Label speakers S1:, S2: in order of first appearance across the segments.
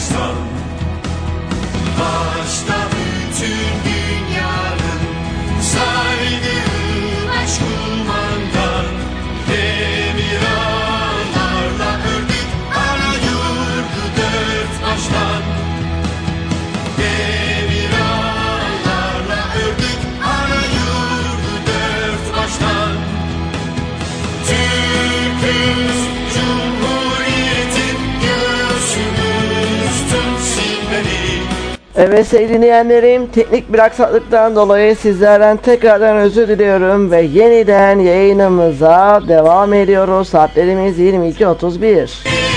S1: baştan. Başta bütün dünyanın saydığı meşgulmandan demir ağlarla ördük ana yurdu dört baştan. Demir ağlarla ördük ana yurdu dört baştan. Türk'üz, Cumhuriyet'in göğsümüz tüm silmeli.
S2: Evet sevgili dinleyenlerim, teknik bir aksaklıktan dolayı sizlerden tekrardan özür diliyorum ve yeniden yayınımıza devam ediyoruz. Saatlerimiz 22:31.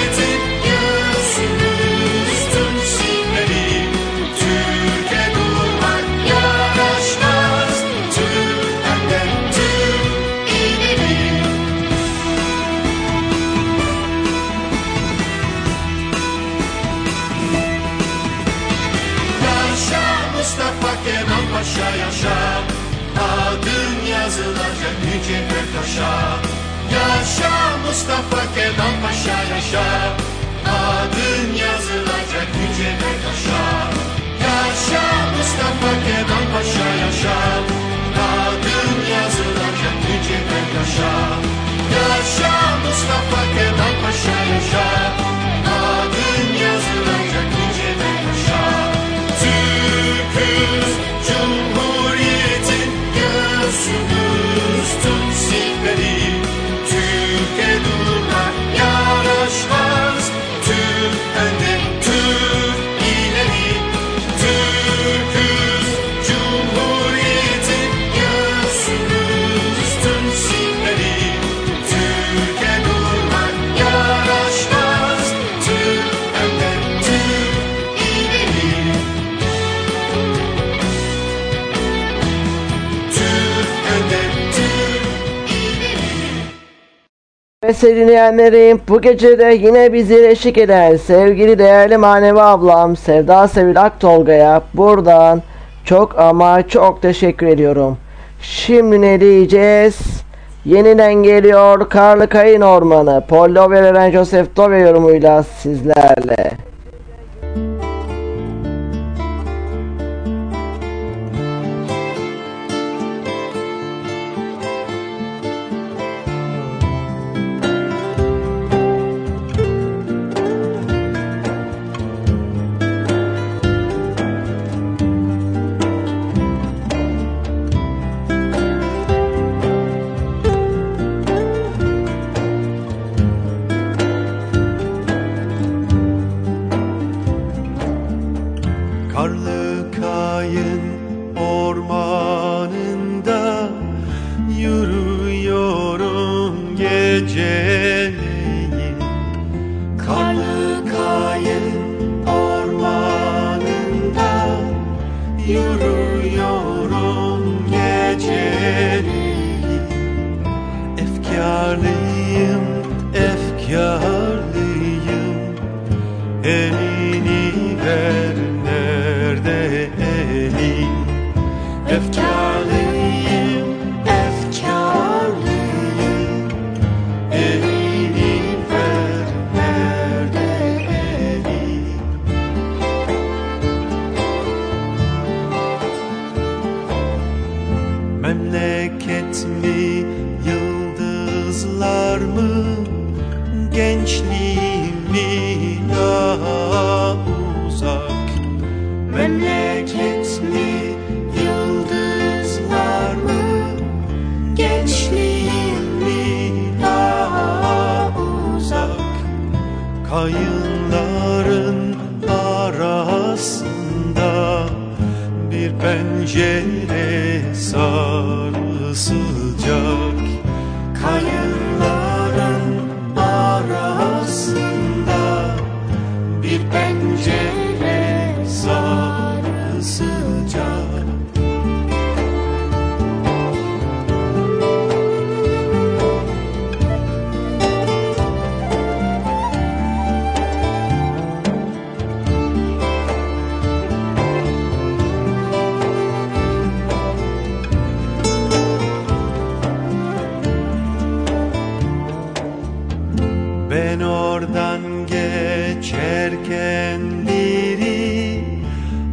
S1: Yaşa Mustafa Kemal Paşa yaşa, adın yazılacak yüce ve taşa. Yaşa Mustafa Kemal Paşa yaşa, adın yazılacak yüce ve taşa. Yaşa Mustafa Kemal Paşa yaşa, adın yazılacak yüce ve taşa. Türk'üz, Cumhuriyet'in göğsümüz tüm silmeli. Türkiye durmak yaraşmaz, Türk önde, Türk ileri. Türk'üz, Cumhuriyet'in göğsümüz tüm silmeli. Türkiye durmak yaraşmaz, Türk önde, Türk ileri. Türk önde, Türk ileri.
S2: Ve sevgili dinleyenlerim, bu gece de yine bizi eşlik eden sevgili değerli manevi ablam Sevda Sevil Aktolga'ya buradan çok ama çok teşekkür ediyorum. Şimdi ne diyeceğiz? Yeniden geliyor Karlı Kayın Ormanı. Paul Lover Eren Joseph Dove yorumuyla sizlerle.
S1: Karlı Kayın ormanında yürüyorum geceleyin. Karlı Kayın ormanında yürüyorum geceleyin. Efkarlıyım, efkarlıyım, elini ver. Nerede elin? Efkarlıyım, efkarlıyım, elini ver. Nerede elin? Memleket mi, yıldızlar mı, gençliğim mi daha uzak? Memleket mi, yıldızlar mı, gençliğim mi daha uzak? Kayınların arasında bir pencere sarı sıcak. Kayınların arasında bir pencere sarı sıcak.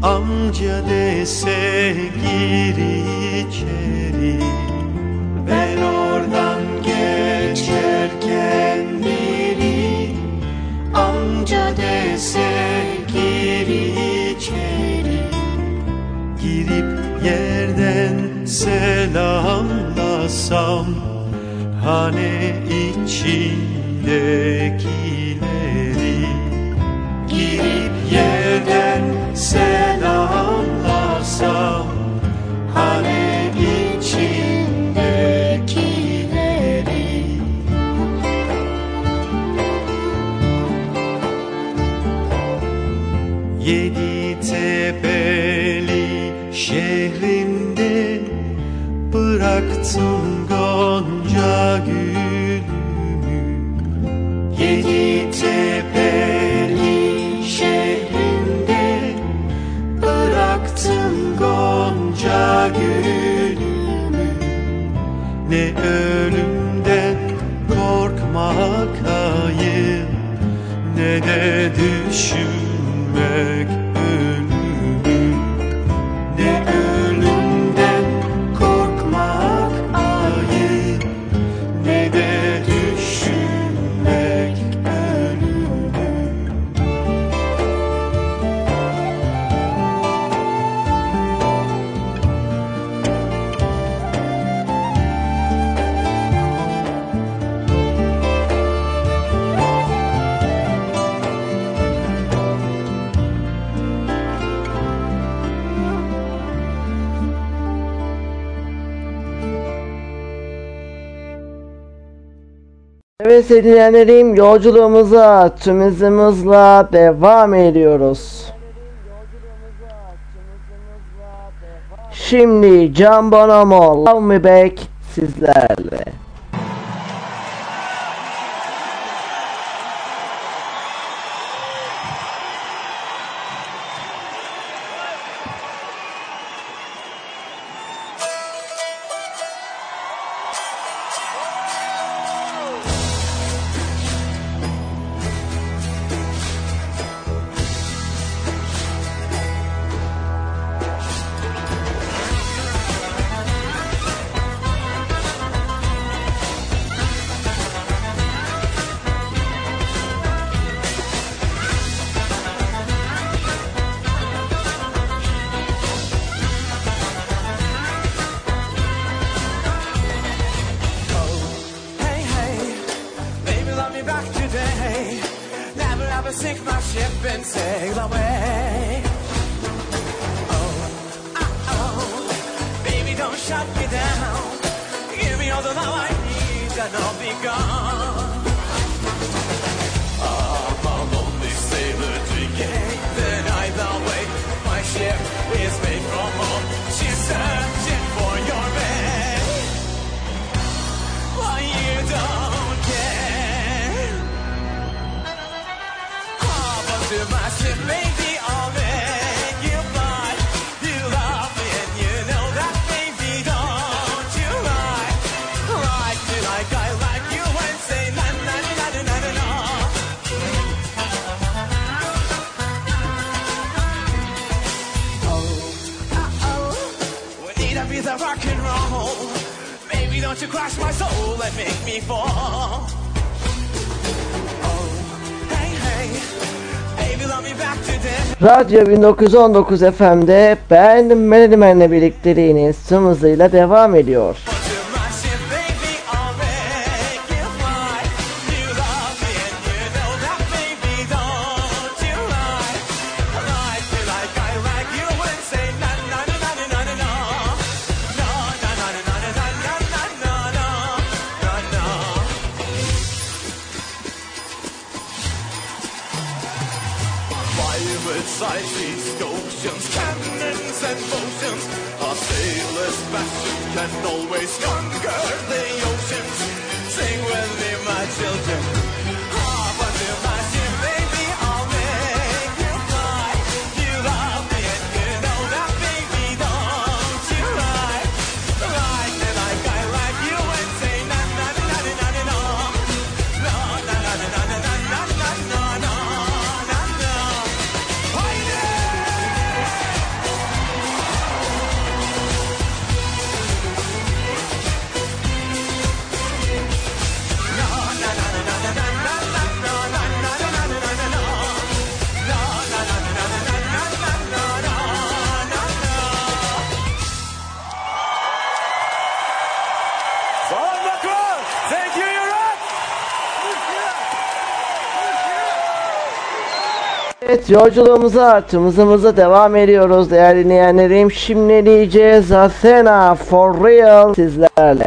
S1: Amca dese gir içeri, ben oradan geçerken biri. Amca dese gir içeri, girip yerden selamlasam hane içindekileri. Girip yerden selamlasam hane içindekileri. Yedi tepeli şehrimde bıraktım gonca gülümü. Yedi tepeli şehrimde bıraktım gonca gülümü. Ne ölümden korkmak ayıp, ne de düşünmek ölümü. Ne ölümden korkmak ayıp, ne de düşünmek ölümü.
S2: Evet sevgili dinleyenlerim, yolculuğumuza tüm hızımızla devam ediyoruz. Şimdi Can Bonomo, Love Me Back sizlerle. Radyo 1919 FM'de ben Melodiman'le birlikteliğiniz tüm hızıyla devam ediyor.
S1: Oceans, cannons and potions, our sailors' bastions can always
S2: Evet, yolculuğumuza tımızımıza devam ediyoruz değerli dinleyenlerim. Şimdi diyeceğiz Athena for real sizlerle.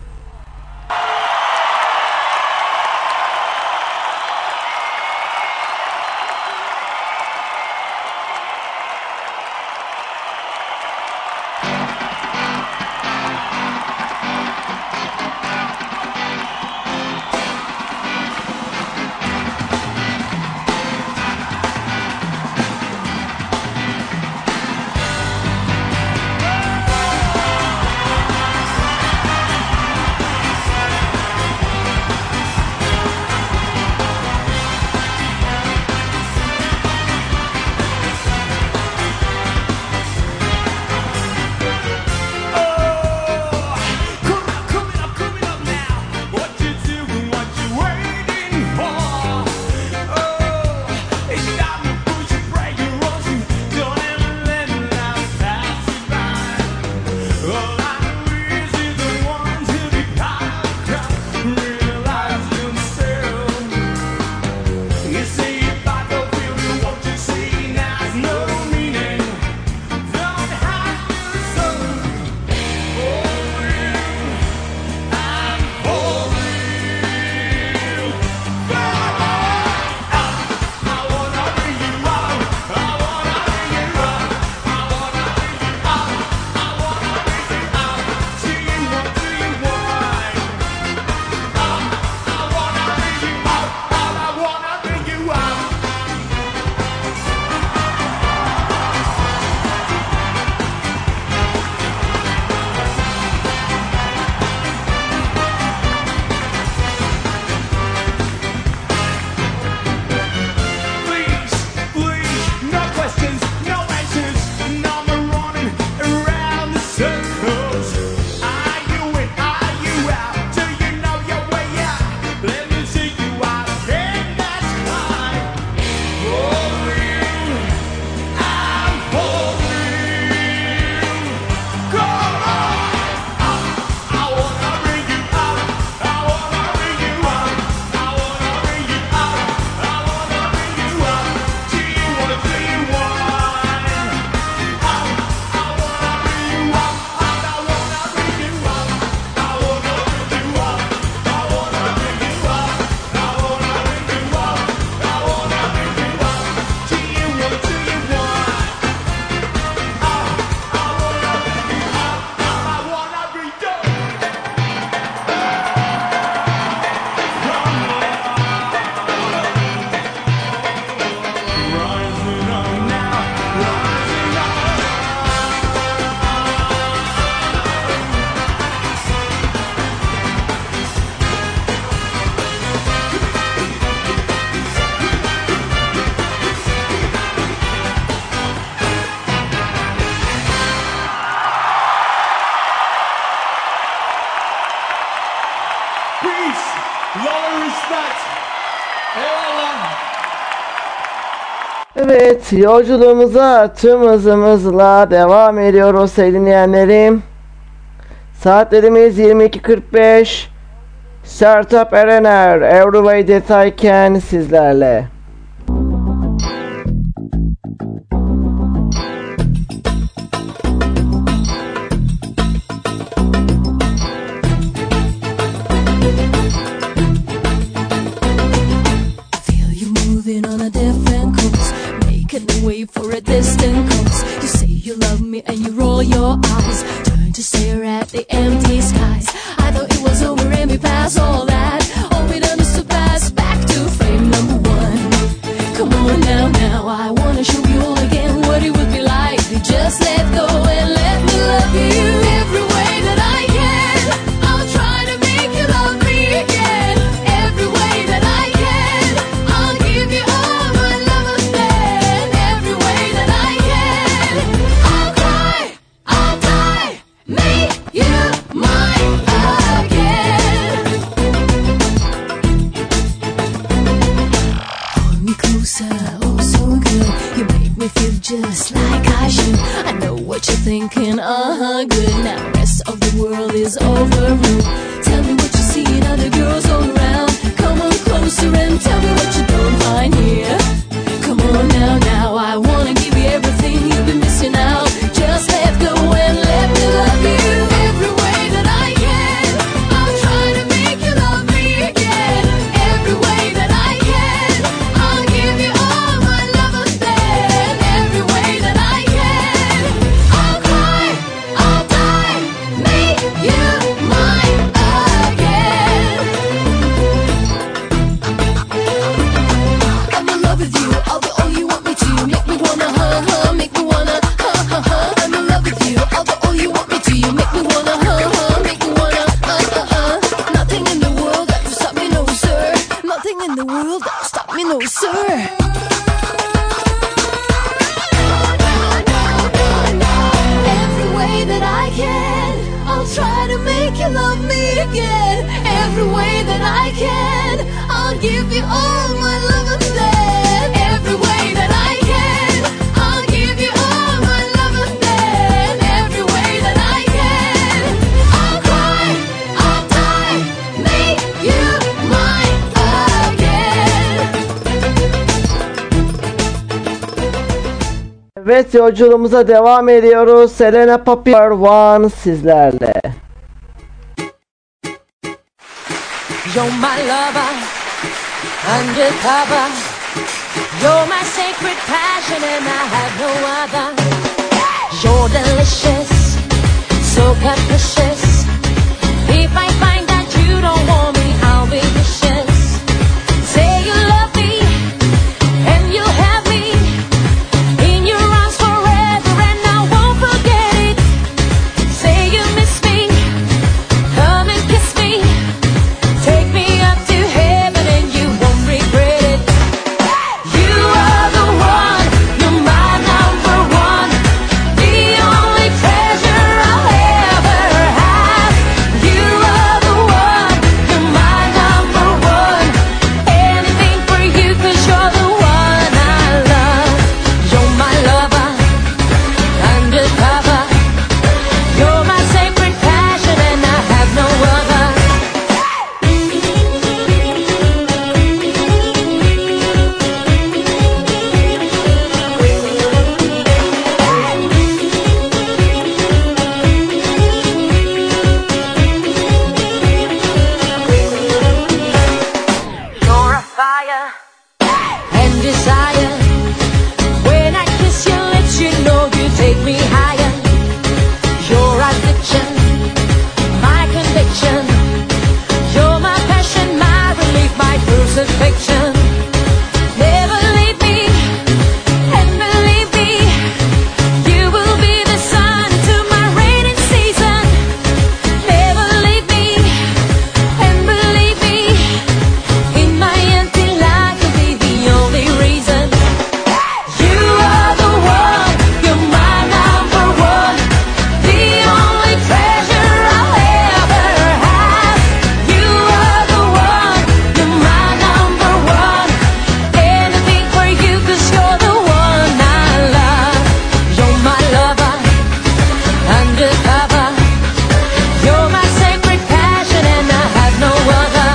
S2: Evet, yolculuğumuza tüm hızımızla devam ediyoruz sevgili dinleyenlerim. Saatlerimiz 22:45. Sertab Erener, Every Way That I Can sizlerle.
S3: Wait for a distant coast. You say you love me and you roll your eyes, turn to stare at the empty skies. I thought it was over and we passed all that. All we done is to pass back to frame number one. Come on now, now I wanna show you all again what it would be like to just let go and let me love you every way that I can. I'll try to make you love me again every way that I can. I'll give you all my love again every way that I can. I'll cry, I'll die, make you mine again. Hold me closer, oh so good. You make me feel just like I should. I know what you're thinking, good. Now rest of the world is overruled. Tell me what you see in other girls all around. Come on closer and tell me what you don't find here. Come on now. I wanna give you everything you've been missing out. Just let go and let me love you every way that I can. I'll try to make you love me again. Every way that I can, I'll give you all my love and then. Every way that I can, I'll cry, I'll die, make you mine again. I'm in love with you, I'll be all you want me to. Make me wanna make me wanna I'm in love with you, I'll be all you want me to. You make me wanna make me wanna Nothing in the world that will stop me, no sir. Nothing in the world that will stop me, no sir. Every way that I can, I'll try to make you love me again. Every way that I can, I'll give you all my love and then. Every way that I can, I'll give you all my love and then. Every way that I can, I'll cry, I'll die, make you mine again.
S2: Evet, yolculuğumuza devam ediyoruz. Selena Papillon One sizlerle.
S3: You're my lover, undercover. You're my sacred passion and I have no other. You're delicious, so capricious. If I find that you don't want me, I'll be vicious. Say you love me and you'll have me in your arms forever and I won't forget it. Say you miss me, come and kiss me. Take me up to heaven and you won't regret it. You are the one, you're my number one. The only treasure I'll ever have. You are the one, you're my number one. Anything for you 'cause you're the one I love. You're my lover, undercover. You're my sacred passion and I have no other. You're a fire and desire. When I kiss your lips, you know you take me higher. Your addiction, my conviction. You're my passion, my relief, my crucifixion. Never leave me, and believe me, you will be the sun to my rainy season. Never leave me, and believe me, in my empty life you'll be the only reason. You are the one, you're my number one. The only treasure I'll ever have. You are the one, you're my number one. Anything for you 'cause you're the one I love. You're my lover, undercover. You're my sacred passion and I have no other.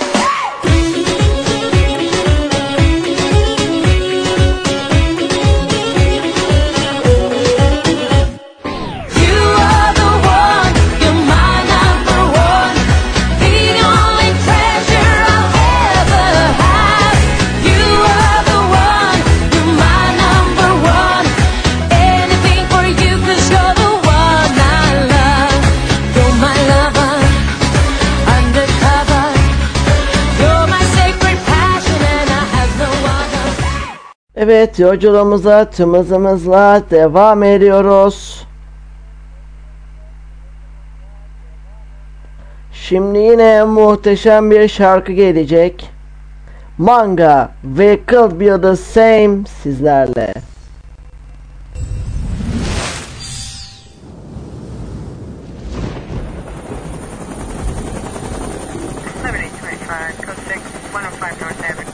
S3: You are the one, you're my number one. The only treasure I'll ever have. You are the one, you're my number one. Anything for you 'cause you're the one I love. You're my lover, undercover. You're my sacred passion and I have no other.
S2: Evet, yolculuğumuza tüm hızımızla devam ediyoruz. Şimdi yine muhteşem bir şarkı gelecek. Manga We Could Be The Same sizlerle.
S4: 7825, code 6, 105 North Avenue.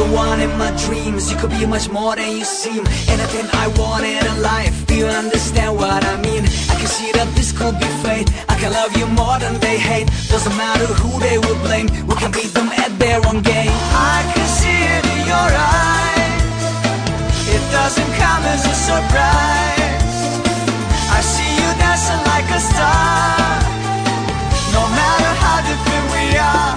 S5: the one in my dreams. You could be much more than you seem. Anything I want in a life, do you understand what I mean? I can see that this could be fate. I can love you more than they hate. Doesn't matter who they will blame, we can beat them at their own game. I can see it in your eyes, it doesn't come as a surprise. I see you dancing like a star, no matter how different we are.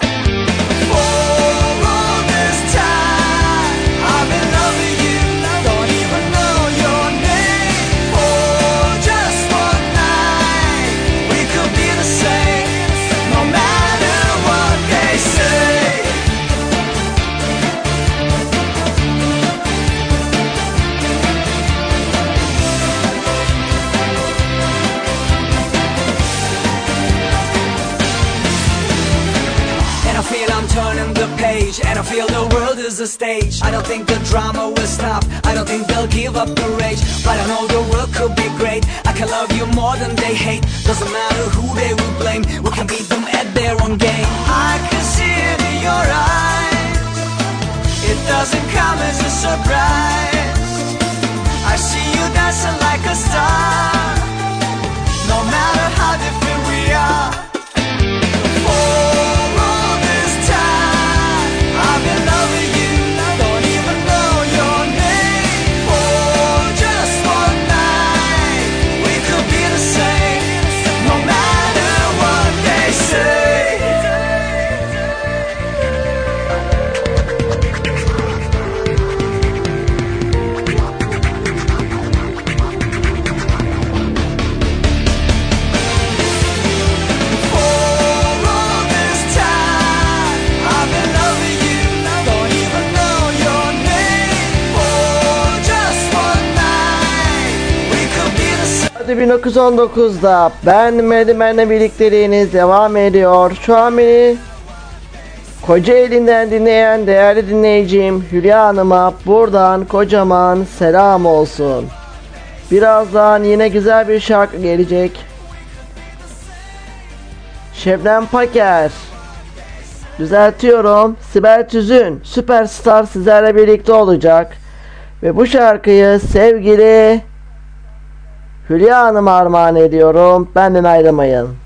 S5: And I feel the world is a stage. I don't think the drama will stop, I don't think they'll give up the rage. But I know the world could be great. I can love you more than they hate. Doesn't matter who they will blame, we can beat them at their own game. I can see it in your eyes, it doesn't come as a surprise. I see you dancing like a star, no matter how different we are.
S2: Hadi 1919'da ben Medimen'le birlikteliğiniz devam ediyor. Şu an beni Kocaeli'nden dinleyen değerli dinleyicim Hülya Hanım'a buradan kocaman selam olsun. Birazdan yine güzel bir şarkı gelecek. Şebnem Paker, düzeltiyorum, Sibel Tüzün, Süperstar sizlerle birlikte olacak. Ve bu şarkıyı sevgili Hülya Hanım'a armağan ediyorum. Benden ayrılmayın.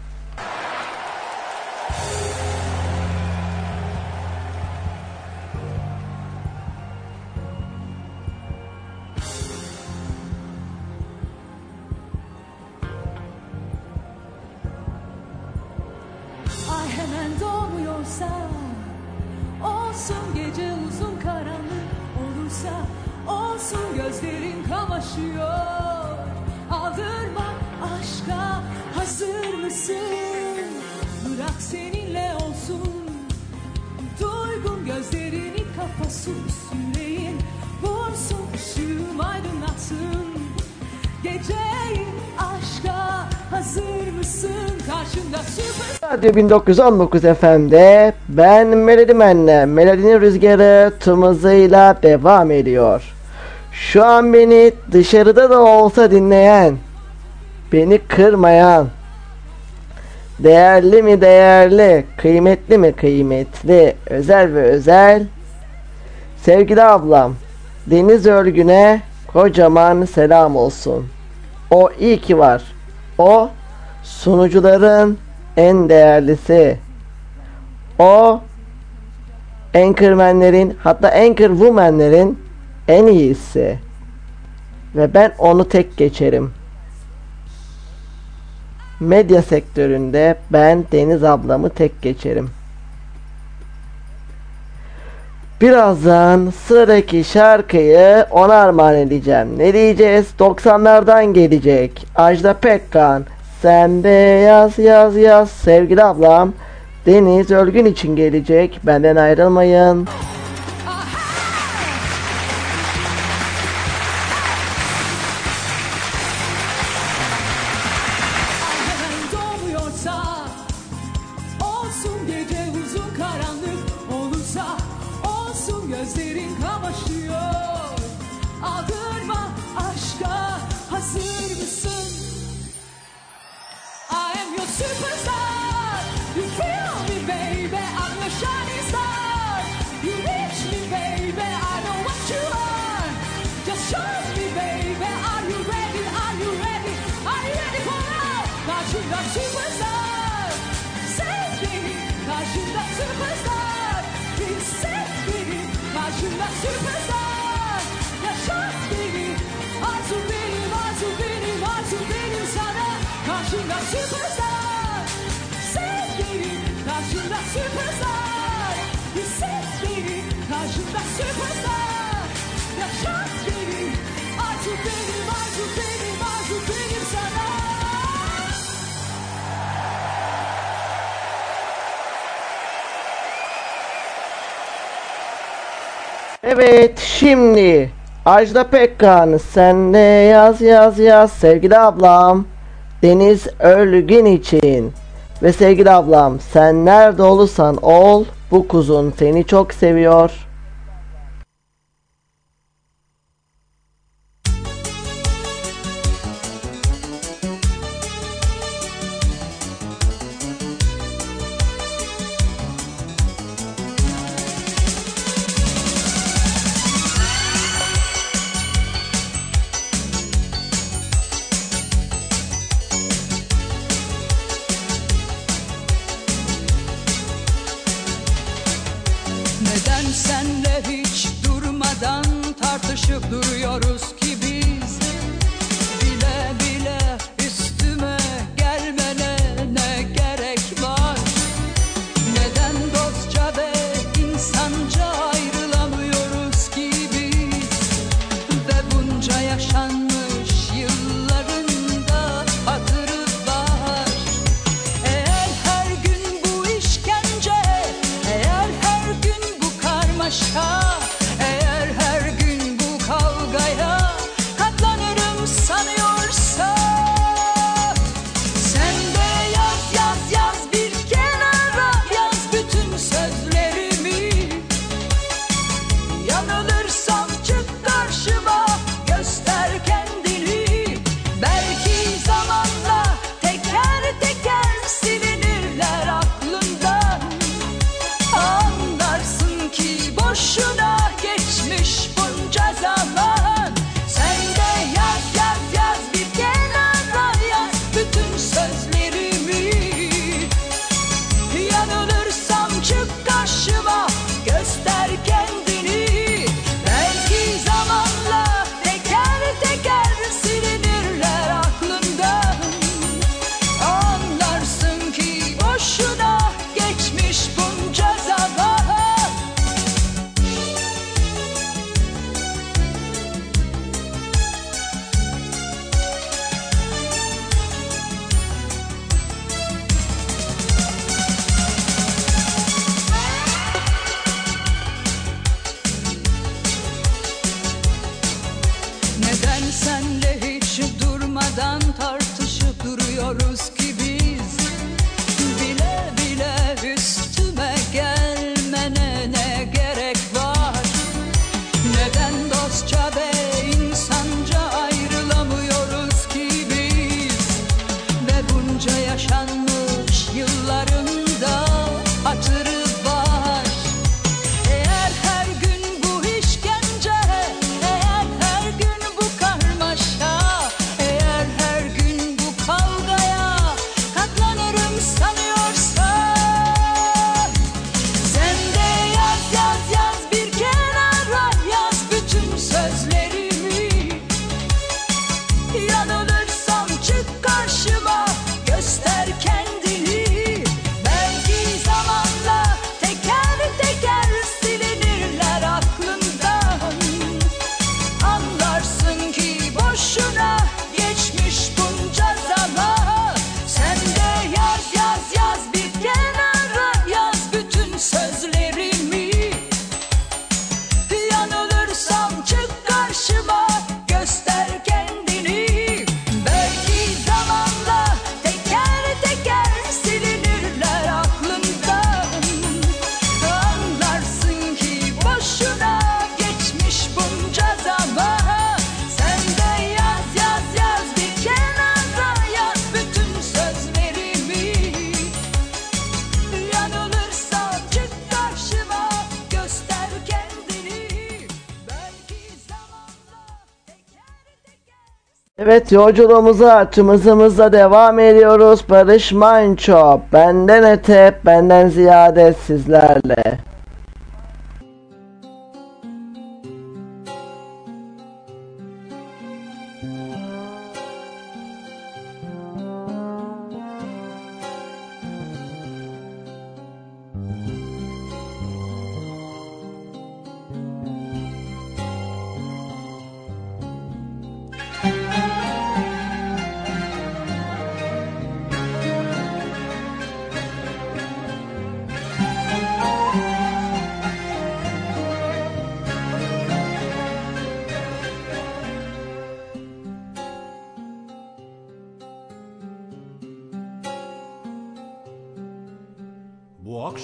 S3: Ay hemen doğmuyorsa, olsun gece uzun karanlık olursa, olsun gözlerin kamaşıyor. Aldırma aşka, hazır mısın? Bırak seninle olsun. Duygun gözlerini kapasın, yüreğin vursun, ışığım aydınlatsın. Geceyi aşka, hazır mısın? Karşında süper...
S2: Radyo 1919 FM'de ben Melodimen'le Melodinin Rüzgarı tüm hızıyla devam ediyor. Şu an beni dışarıda da olsa dinleyen, beni kırmayan, değerli mi değerli, kıymetli mi kıymetli, özel ve özel, sevgili ablam Deniz Örgün'e kocaman selam olsun. O iyi ki var. O sunucuların en değerlisi. O anchormenlerin, hatta anchorwomanlerin en iyisi. Ve ben onu tek geçerim. Medya sektöründe ben Deniz ablamı tek geçerim. Birazdan sıradaki şarkıyı ona armağan edeceğim. Ne diyeceğiz? 90'lardan gelecek. Ajda Pekkan, sen de yaz yaz yaz. Sevgili ablam Deniz Örgün için gelecek. Benden ayrılmayın.
S3: Gözlerin kamaşıyor. Aldırma aşka, hazır mısın? I am your superstar. You feel me baby, I'm your shining star. You reach me baby. süperstar. Yaşat beni, arzu benim, arzu benim, arzu benim sana. Karşımda süperstar. Sev beni, karşımda süperstar. Hisset beni, karşımda süperstar. Yaşat beni, arzu benim, arzu benim, arzu benim sana.
S2: Evet, şimdi Ajda Pekkan sen de yaz yaz yaz sevgili ablam Deniz Örgün için. Ve sevgili ablam sen nerede olursan ol, bu kuzun seni çok seviyor.
S3: Neden senle hiç durmadan tartışıp duruyoruz ki biz? Bile bile üstüme gelmene ne gerek var? Neden dostça ve insanca ayrılamıyoruz ki biz? Ve bunca yaşanmış yıllarında hatırı var. Eğer her gün bu işkence, eğer her gün bu karmaşa, eğer her gün bu kavgaya katlanırım sanıyorsa, sen de yaz yaz yaz bir kenara, yaz bütün sözlerimi. Yanılırsam çık karşıma, göster kendini. Belki zamanla teker teker silinirler aklından. Anlarsın ki boşuna geçmiş bunca zaman. Sen de yaz yaz yaz bir kenara, yaz bütün sözlerimi. Yanılırsam çık karşıma, göster kendini. Belki zamanla teker teker silinirler aklından. Anlarsın ki boşuna geçmiş bunca zaman. Neden senle hiç durmadan tartışıp duruyoruz ki biz? Bile bile üstüme gelmene ne gerek var? Neden dostça ve insanca ayrılamıyoruz ki biz? Ve bunca yaşanmış yıllarında hatırı var. Eğer her gün bu işkence, eğer her gün bu karmaşa, eğer her gün bu kavgaya katlanırım sanıyorsan, sen de yaz yaz yaz bir kenara, yaz bütün sözlerimi. Yanılırsam çık karşıma, göster kendini. Belki zamanla teker teker silinirler aklından. Anlarsın ki boşuna geçmiş bunca zaman. Sen de yaz yaz yaz bir kenara, yaz bütün sözlerimi. Yanılırsam çık karşıma, göster kendini. Belki zamanla teker teker silinirler aklından. Anlarsın ki boşuna geçmiş bunca zaman. Sen de yaz yaz yaz bir kenara, yaz bütün sözlerimi. Yanılırsam çık karşıma, göster kendini. Belki zamanla teker teker.
S2: Evet, yolculuğumuza tımızımızla devam ediyoruz. Barış Manço benden öte benden ziyade sizlerle.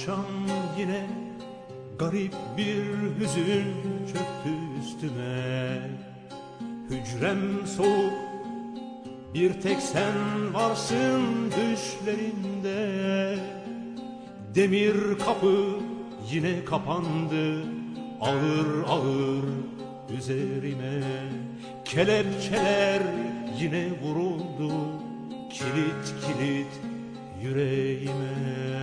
S1: Akşam yine garip bir hüzün çöktü üstüme. Hücrem soğuk, bir tek sen varsın düşlerimde. Demir kapı yine kapandı ağır ağır üzerime. Kelepçeler yine vuruldu kilit kilit yüreğime.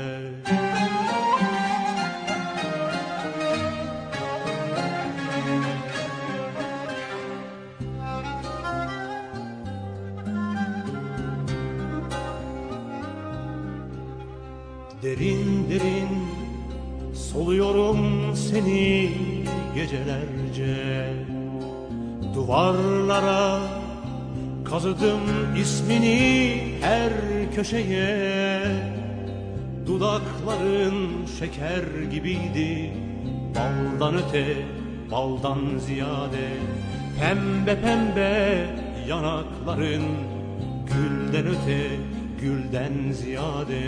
S1: Derin derin soluyorum seni gecelerce. Duvarlara kazıdım ismini her köşeye. Dudakların şeker gibiydi, baldan öte, baldan ziyade. Pembe pembe yanakların, gülden öte, gülden ziyade.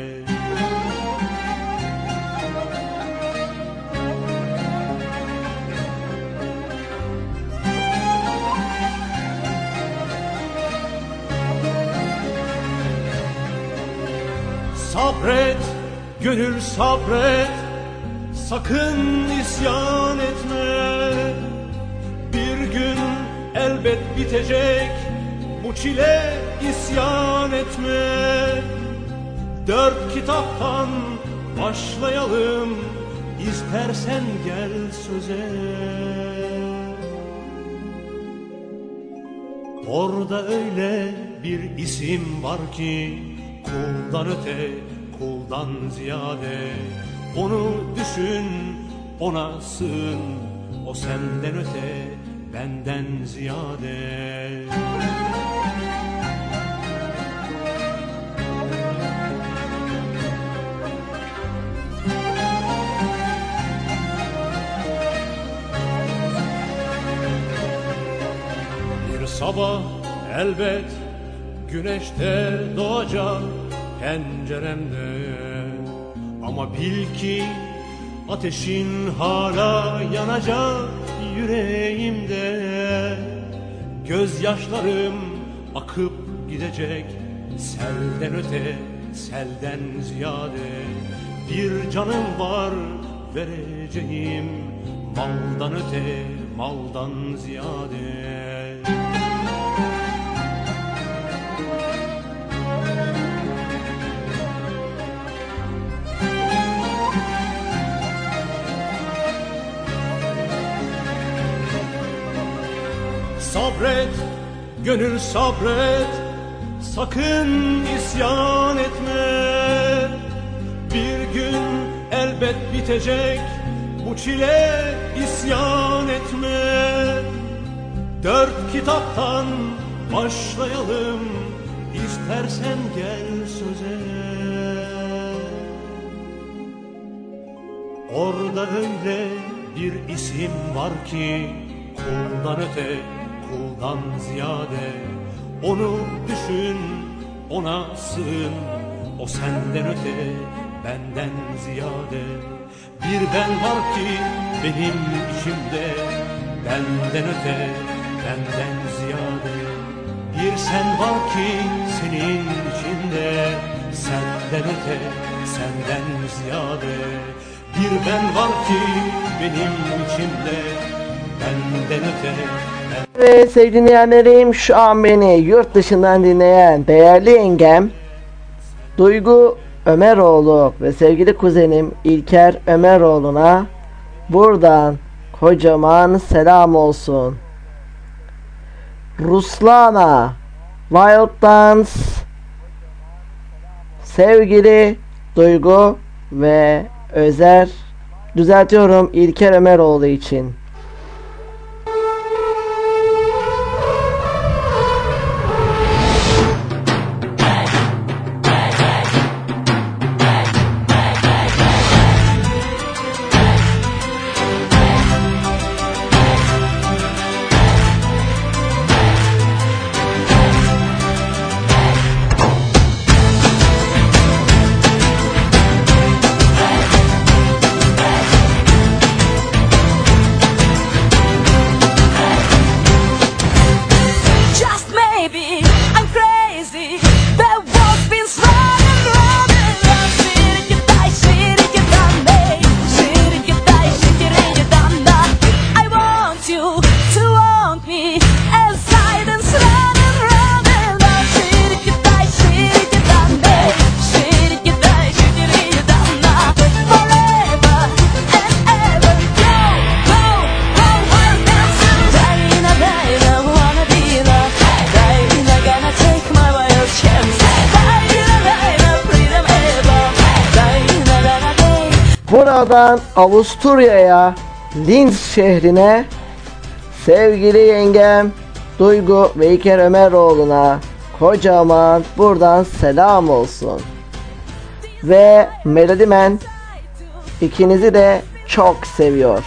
S1: Sabret, gönül sabret, sakın isyan etme. Bir gün elbet bitecek bu çile, isyan etme. 4 kitaptan başlayalım, istersen gel söze. Orada öyle bir isim var ki, kuldan öte, kuldan ziyade. Onu düşün, ona sığın, o senden öte, benden ziyade. Bir sabah elbet güneşte doğacak penceremde. Ama bil ki ateşin hala yanacak yüreğimde. Gözyaşlarım akıp gidecek selden öte, selden ziyade. Bir canım var vereceğim, maldan öte, maldan ziyade. Sabret, gönül sabret, sakın isyan etme. Bir gün elbet bitecek bu çile, isyan etme. 4 kitaptan başlayalım, istersen gel söze. Orada öyle bir isim var ki, kuldan öte, kuldan ziyade. Onu düşün, ona sığın, o senden öte, benden ziyade. Bir ben var ki benim içimde, benden öte, benden ziyade. Bir sen var ki senin içinde, senden öte, senden ziyade. Bir ben var ki benim içimde, benden öte.
S2: Ve sevgili dinleyenlerim, şu an beni yurt dışından dinleyen değerli yengem Duygu Ömeroğlu ve sevgili kuzenim İlker Ömeroğlu'na buradan kocaman selam olsun. Ruslana Wild Dance, sevgili Duygu ve Özer, düzeltiyorum, İlker Ömeroğlu için. Buradan Avusturya'ya, Linz şehrine sevgili yengem Duygu ve İlker Ömeroğlu'na kocaman buradan selam olsun. Ve Melody Man ikinizi de çok seviyor.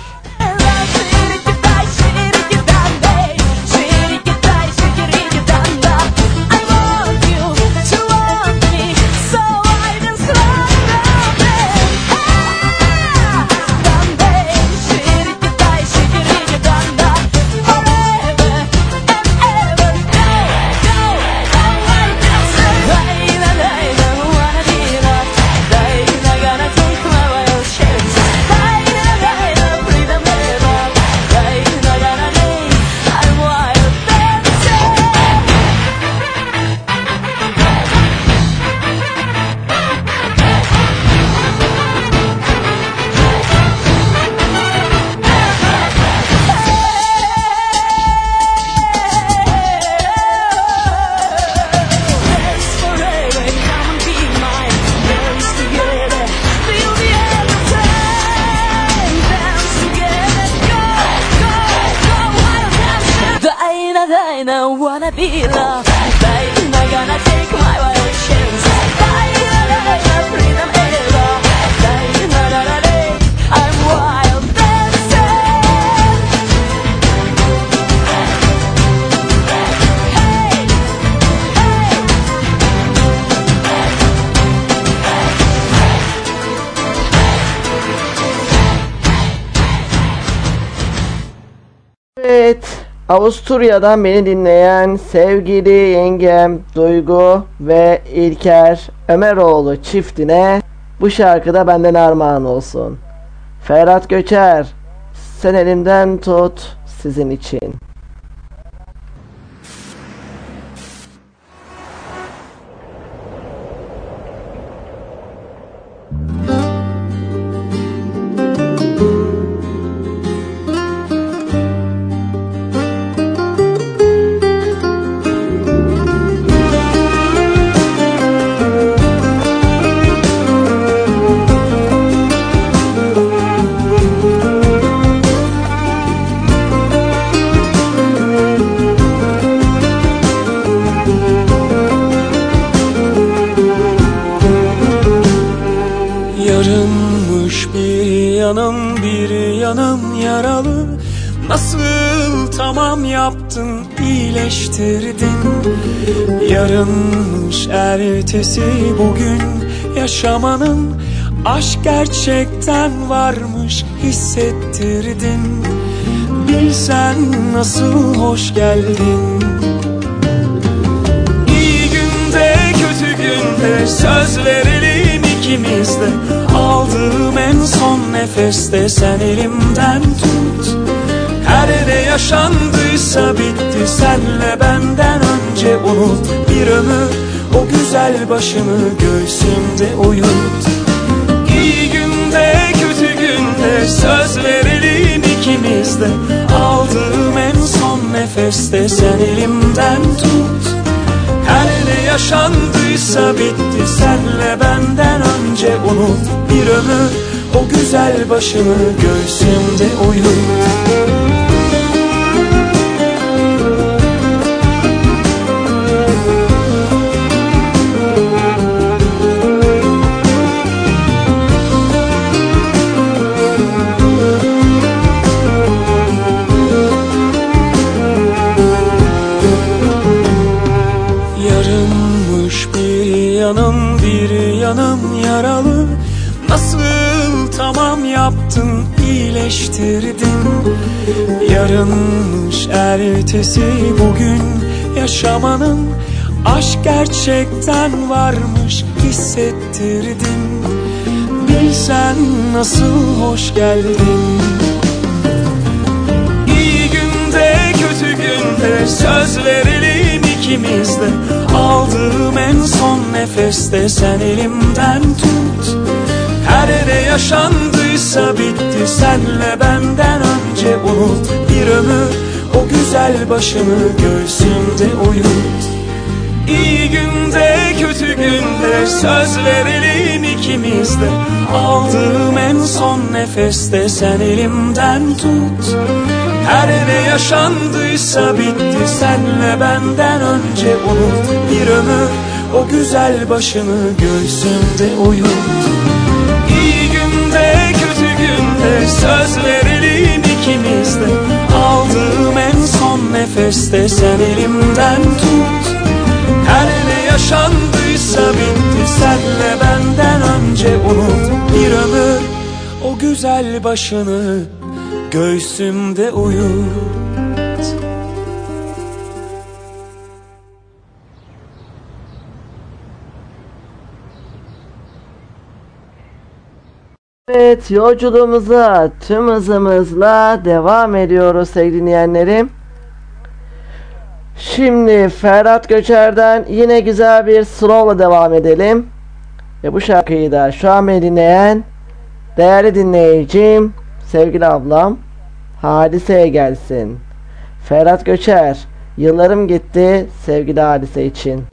S2: Evet, Avusturya'dan beni dinleyen sevgili yengem Duygu ve İlker Ömeroğlu çiftine bu şarkıda benden armağan olsun. Ferhat Göçer, Sen Elimden Tut sizin için.
S6: Tamam yaptın, iyileştirdin. Yarınmış ertesi bugün yaşamanın, aşk gerçekten varmış hissettirdin. Bilsen nasıl hoş geldin. İyi günde kötü günde söz verelim ikimiz de. Aldığım en son nefeste sen elimden tut. Her ne yaşandıysa bitti, senle benden önce unut. Bir ömür o güzel başımı göğsümde uyut. İyi günde kötü günde söz verelim ikimiz de. Aldığım en son nefeste sen elimden tut. Her ne yaşandıysa bitti, senle benden önce unut. Bir ömür o güzel başımı göğsümde uyut. Yaralı, nasıl tamam yaptın, iyileştirdin. Yarınmış ertesi bugün yaşamanın, aşk gerçekten varmış hissettirdin. Bilsen nasıl hoş geldin. İyi günde kötü günde söz verelim ikimiz de. Aldığım en son nefeste sen elimden tut. Her ne yaşandıysa bitti, senle benden önce unut. Bir ömür o güzel başımı göğsümde uyut. İyi günde kötü günde söz verelim ikimiz de. Aldığım en son nefeste sen elimden tut. Her ne yaşandıysa bitti, senle benden önce unut. Bir ömür o güzel başını göğsümde uyut. İyi günde kötü günde söz verelim ikimiz de. Aldığım en son nefeste sen elimden tut. Her ne yaşandıysa bitti, senle benden önce unut. Bir ömür o güzel başını göğsümde uyut.
S2: Evet, yolculuğumuza tüm hızımızla devam ediyoruz sevgili dinleyenlerim. Şimdi Ferhat Göçer'den yine güzel bir slow'la devam edelim. Ve bu şarkıyı da şu an beni dinleyen değerli dinleyicim, sevgili ablam Hadise'ye gelsin. Ferhat Göçer, yıllarım gitti sevgili Hadise için.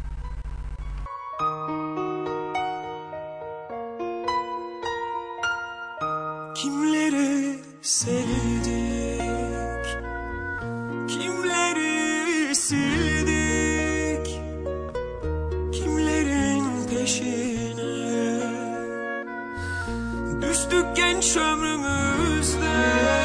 S6: Kimleri sevdik, kimleri sildik, kimlerin peşine düştük genç ömrümüzde.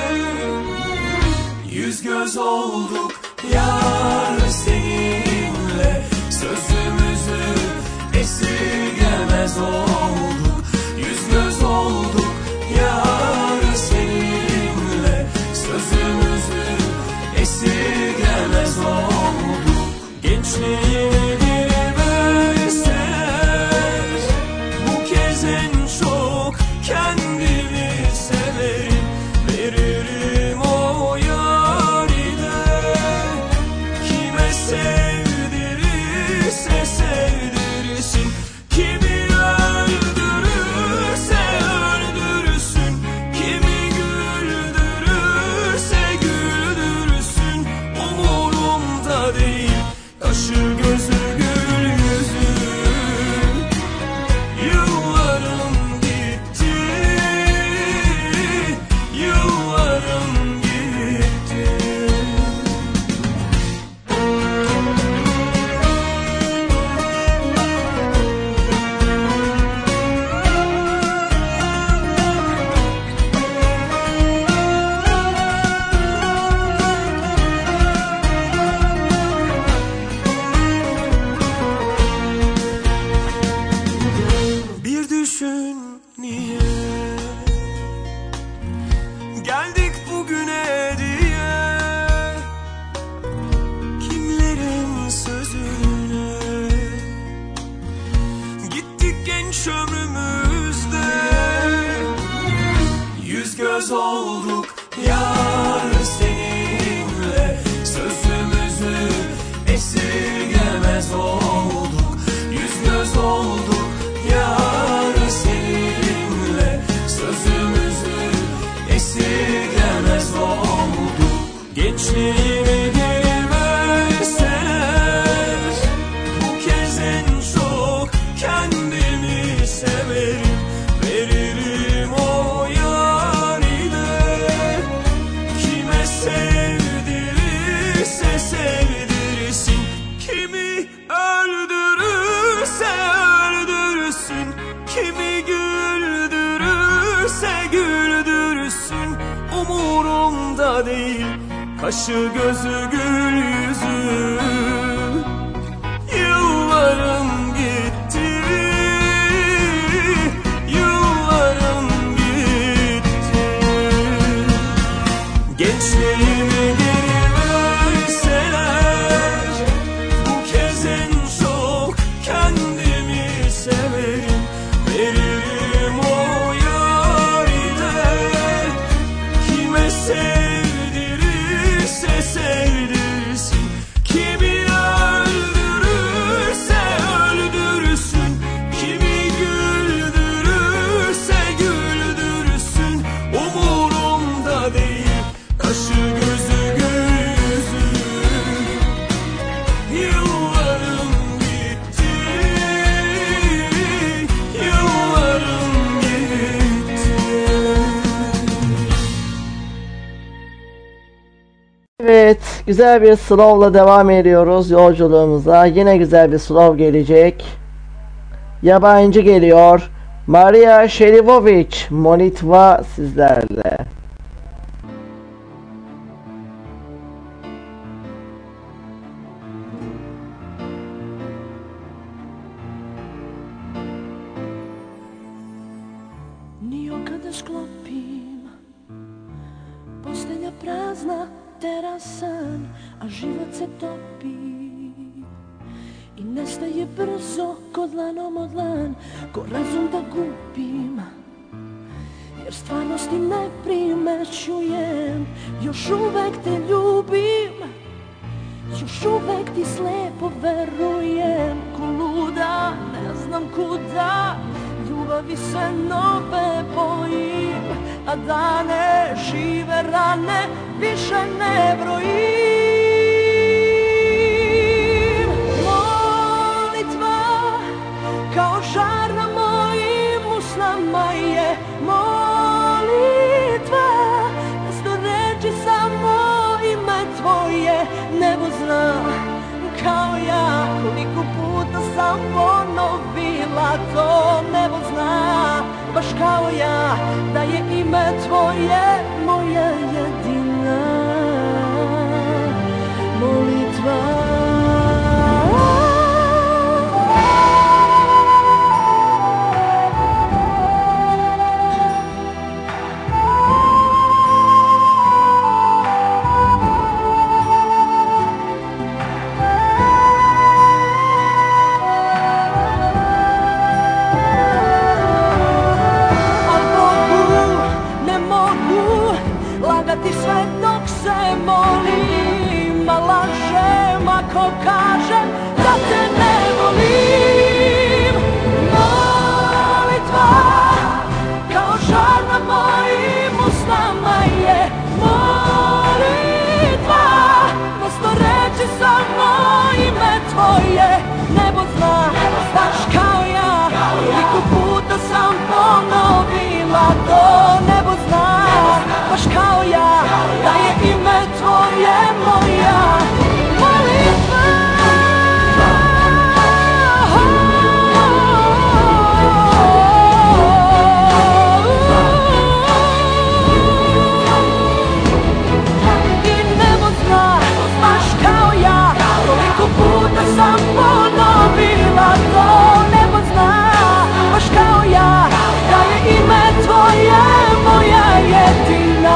S6: Yüz göz olduk yar seninle, sözümüzü esirgemez olduk. Yüz göz olduk yar seninle, sözümüzü esirgemez olduk. Gençliğimi bir verseler, bu kez en çok kendimi severim. Veririm o yarine, kime sevdirirse sevdirsin. Kimi öldürürse öldürsün, kimi güldürürse güldürsün. Umurumda değil, kaşı gözü gül yüzü. Yıllarım gitti, yıllarım gitti. Bir düşün niye geldik bugüne diye, kimlerin sözüne gittik genç ömrümüzde. Yüz göz olduk yar seninle, sözümüzü esirgemez olduk. Yüz göz olduk yar seninle, sözümüzü esirgemez olduk. Gençliğimi geri verseler, bu kez en çok kendimi severim. Veririm o yarine, kime sevdirirse sevdirsin. Kimi öldürürse öldürsün, kimi güldürürse güldürsün. Umurumda değil, kaşı gözü gül yüzü. Yıllarım gitti, yıllarım gitti. Gençliğimi geri verseler, bu kez en çok kendimi severim. Veririm o yarine, kime sevdirirse sevdirsin. Kimi öldürürse öldürsün, kimi güldürürse güldürsün. Umurumda değil, kaşı gözü gül
S2: Evet, güzel bir slow'la devam ediyoruz yolculuğumuza. Yine güzel bir slow gelecek. Yabancı geliyor. Maria Sherivovic, Molitva sizlerle.
S3: Ni kada sklopim, postelja prazna, terasan, a život se topi. I nestaje brzo ko dlanom od dlan, ko razum da gubim. Jer stvarnosti ne primećujem, još uvek te ljubim. Još uvek ti slepo verujem, ko luda, ne znam kuda. Ljubavi se nove bojim, a dane žive rane više ne brojim. Molitva kao žar na mojim usnama je molitva. Mesto reči samo ime tvoje, nebo zna kao ja koliko puta sam ponovila to. Nebo zna baš kao ja da je ime tvoje moja jedina molitva. Lagati sve dok se molim, a lažem ako kažem da te ne volim. Molitva kao žar na mojim usnama je molitva. Mesto reči samo ime tvoje, nebo zna baš kao ja koliko puta sam ponovila to. Nebo zna baš kao ja da je ime tvoje moja molitva. I nebo zna baš kao ja koliko puta sam ponovila to. Nebo zna baš kao ja da je ime tvoje moja jedina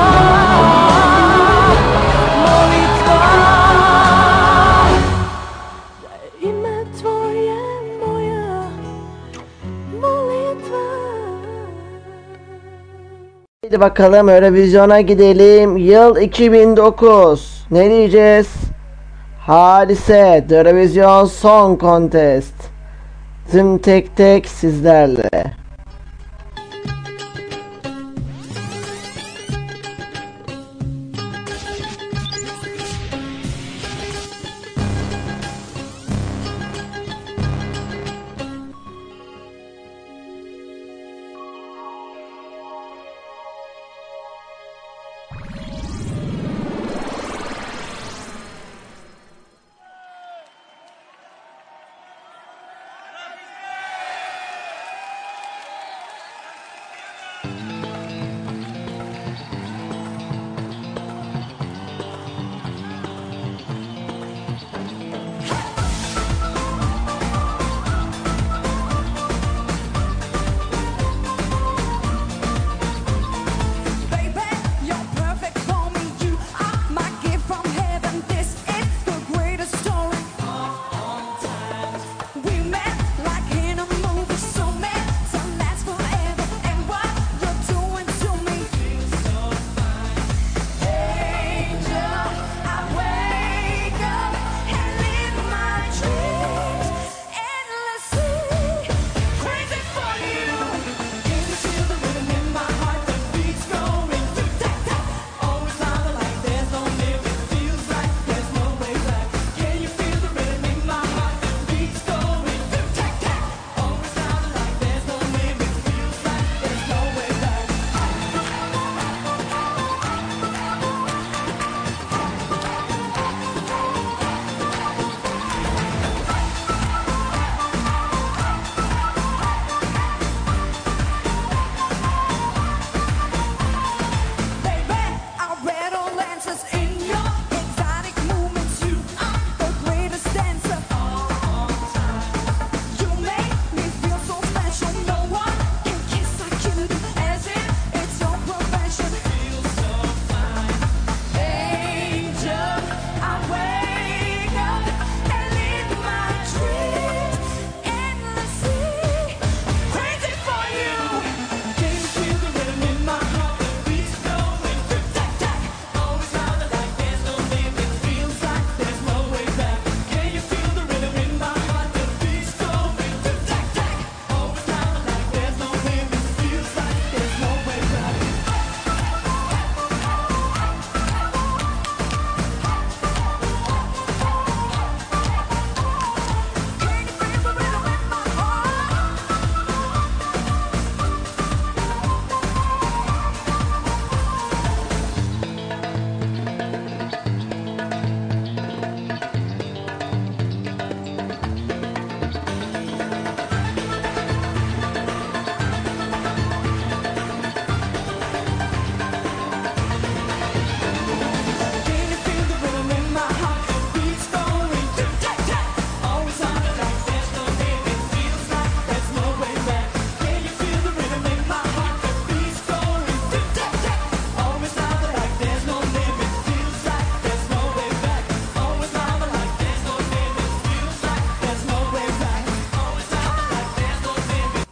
S3: molitva. Da je ime tvoje moja molitva.
S2: Hadi bakalım Eurovision'a gidelim. Yıl 2009. Ne diyeceğiz? Hadise, The Eurovision Song Contest. Tüm tek tek sizlerle.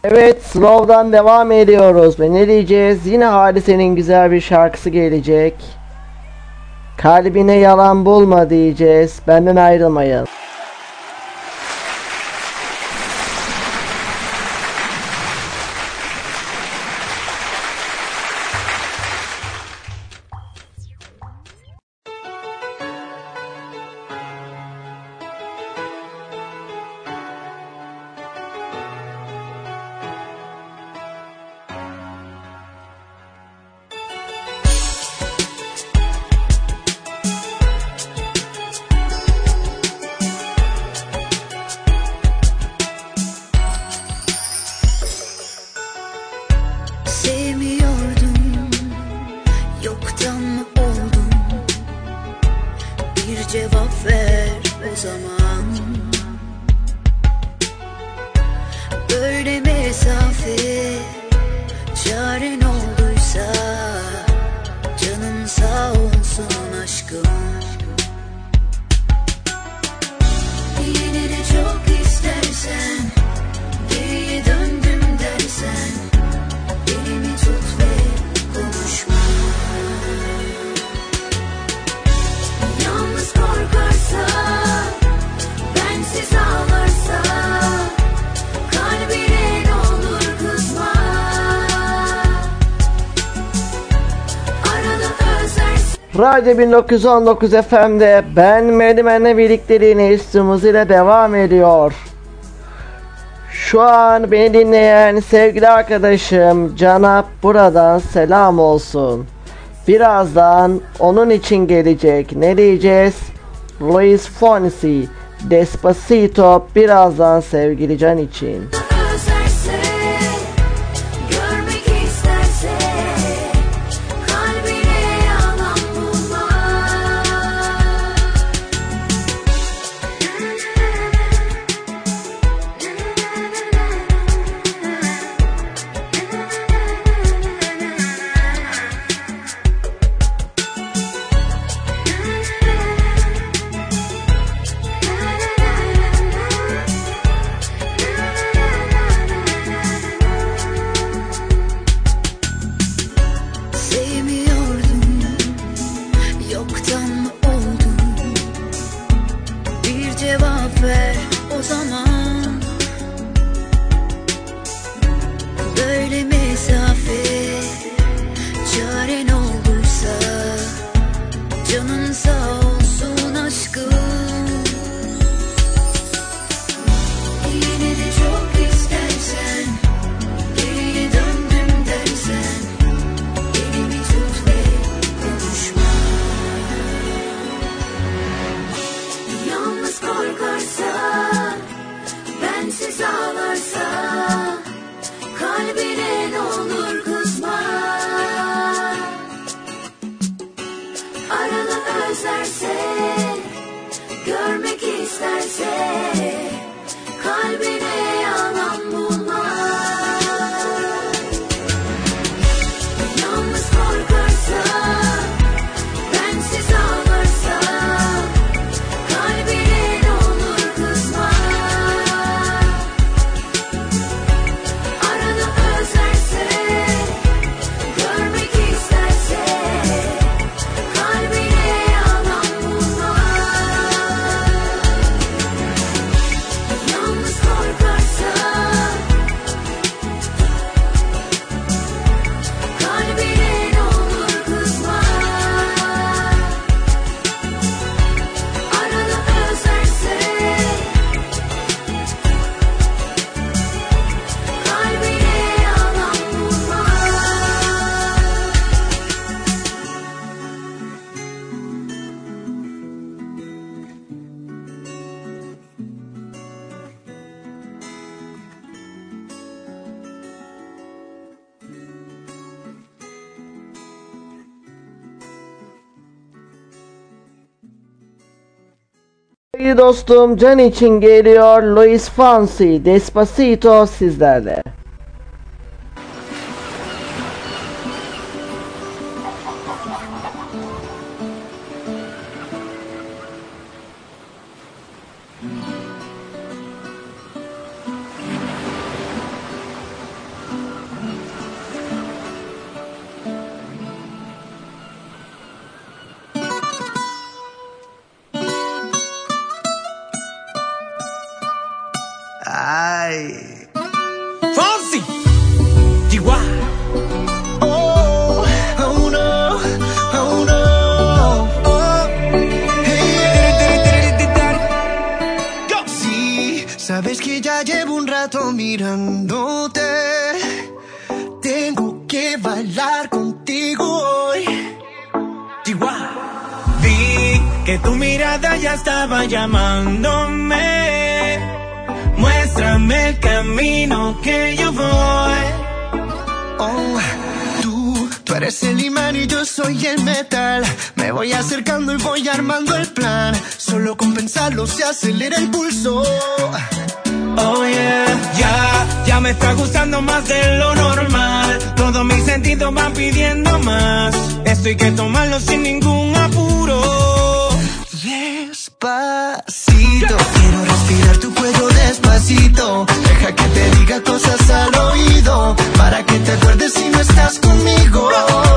S2: Evet, Slow'dan devam ediyoruz ve ne diyeceğiz? Yine Hadise'nin güzel bir şarkısı gelecek. Kalbine yalan bulma diyeceğiz. Benden ayrılmayın.
S7: Sevmiyordum, yoktan mı oldum? Bir cevap ver o zaman. Böyle mesafe çaren olduysa, canım sağ olsun aşkım. Yine de çok istersen, geriye döndüm dersen, elimi tut ve konuşma. Yalnız korkarsa, bensiz ağlarsa, kalbine ne olur kızma. Arada özlersin.
S2: Radyo 1919 FM'de Ben Medimen'le birlikteliğine üstümüz ile devam ediyor. Şu an beni dinleyen sevgili arkadaşım Can'a buradan selam olsun. Birazdan onun için gelecek. Ne diyeceğiz? Luis Fonsi, Despacito birazdan sevgili Can için.
S7: Özlerse, görmek isterse, kalbine yalan bulma. Sevmiyordum, yoktan mı oldum? Bir cevap ver o zaman. Böyle mesafe çaren olduysa, canın sağ olsun aşkım. Yine de çok istersen, geriye döndüm dersen, elimi tut ve konuşma. Yalnız korkarsa, bensiz ağlarsa, kalbine ne olur kızma. Arada özlerse, görmek isterse, kalbine yalan bulma. Yalnız korkarsa, bensiz ağlarsa, kalbine ne olur kızma. Arada özlerse, görmek isterse, kalbine yalan bulma. Yalnız korkarsa, kalbine ne olur kızma. Arada özlerse, kalbine yalan bulma.
S2: Sevgili dostum Can için geliyor Luis Fonsi, Despacito sizlerle.
S5: Fonsi, Chihuahua. Oh, oh no, oh no, oh. Hey, go. Sí, sabes que ya llevo un rato mirándote. Tengo que bailar contigo hoy. Chihuahua. Vi que tu mirada ya estaba llamándome. Muéstrame el camino que yo voy. Oh, tú eres el imán y yo soy el metal. Me voy acercando y voy armando el plan. Solo con pensarlo se acelera el pulso. Oh yeah, ya me está gustando más de lo normal. Todos mis sentidos van pidiendo más. Esto hay que tomarlo sin ningún apuro. Despacito, quiero respirar tu cuello despacito. Deja que te diga cosas al oído, para que te acuerdes si no estás conmigo.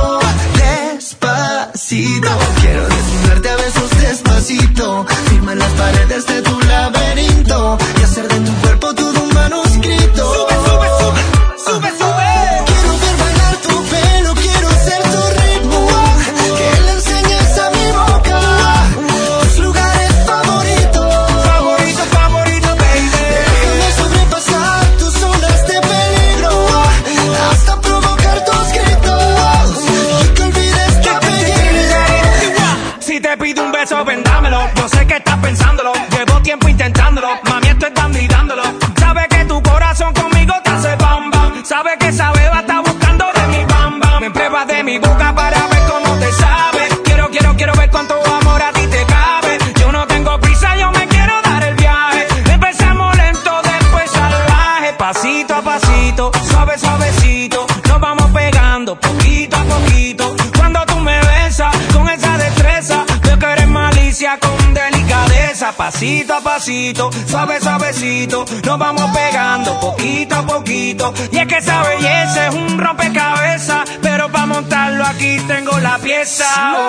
S5: Despacito, quiero desnudarte a besos despacito. Firma en las paredes de tu laberinto y hacer de tu cuerpo todo un manuscrito. Sube, sube, sube, sube, sube. Quiero ver bailar tu pelo, quiero ser tu ritmo. Que le enseñes a mi boca tus lugares favoritos. Favorito, favorito, baby. Déjame sobrepasar tus zonas de peligro hasta provocar tus gritos y que olvides tu apellido. Si te pido un beso, ven dámelo. Yo sé que estás pensándolo, llevo tiempo intentándolo. Mami, estoy dando y dándolo. Sabe que tu corazón conmigo te hace bam bam. Sabe que esa beba está buscando de mi bam bam. Me pruebas de mi boca para ver cómo te sabe. Quiero ver cuánto amor a ti te cabe. Yo no tengo prisa, yo me quiero dar el viaje. Empezamos lento, después salvaje. Pasito a pasito, suave, suavecito. Nos vamos pegando poquito a poquito. Cuando tú me besas con esa destreza, veo que eres malicia con delicadeza. Pasito a pasito, suave, suavecito. Nos vamos pegando poquito a poquito. Y es que esa belleza es un rompecabezas, pero para montarlo aquí tengo la pieza.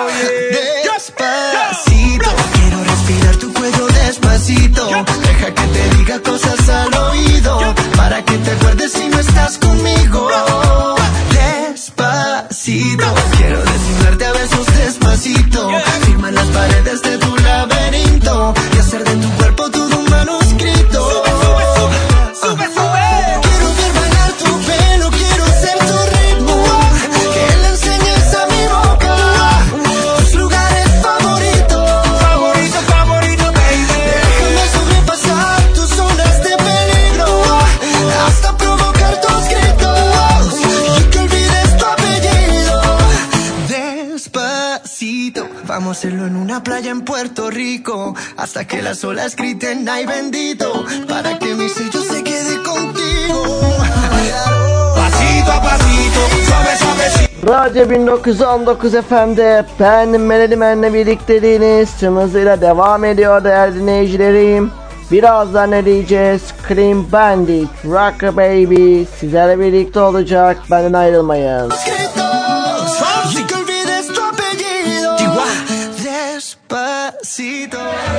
S5: Despacito, quiero respirar tu cuello despacito. Deja que te diga cosas al oído, para que te acuerdes si no estás conmigo. Despacito, quiero desnudarte a besos despacito. Firma en las paredes de tu laberinto y hacer de tu cuerpo todo un manuscrito. Sube, sube, sube, sube, sube. Quiero ver bailar tu pelo, quiero ser tu ritmo. Que le enseñes a mi boca tus lugares favoritos. Favorito, favorito, baby. Déjame sobrepasar tus zonas de peligro hasta provocar tus gritos y que olvides tu apellido. Despacito, vamos a hacerlo en una playa en Puerto Rico, hasta que las olas griten ay bendito, para que mi sello se quede contigo. Pasito a pasito, suave, suavecito.
S2: Radyo 1919 FM'de ben Melodiman'la birlikteliğiniz tüm hızıyla devam ediyor değerli dinleyicilerim. Birazdan ne diyeceğiz? Clean Bandit, Rocker Baby sizlerle birlikte olacak. Benden ayrılmayın.
S5: Y que olvides tu apellido. Despacito.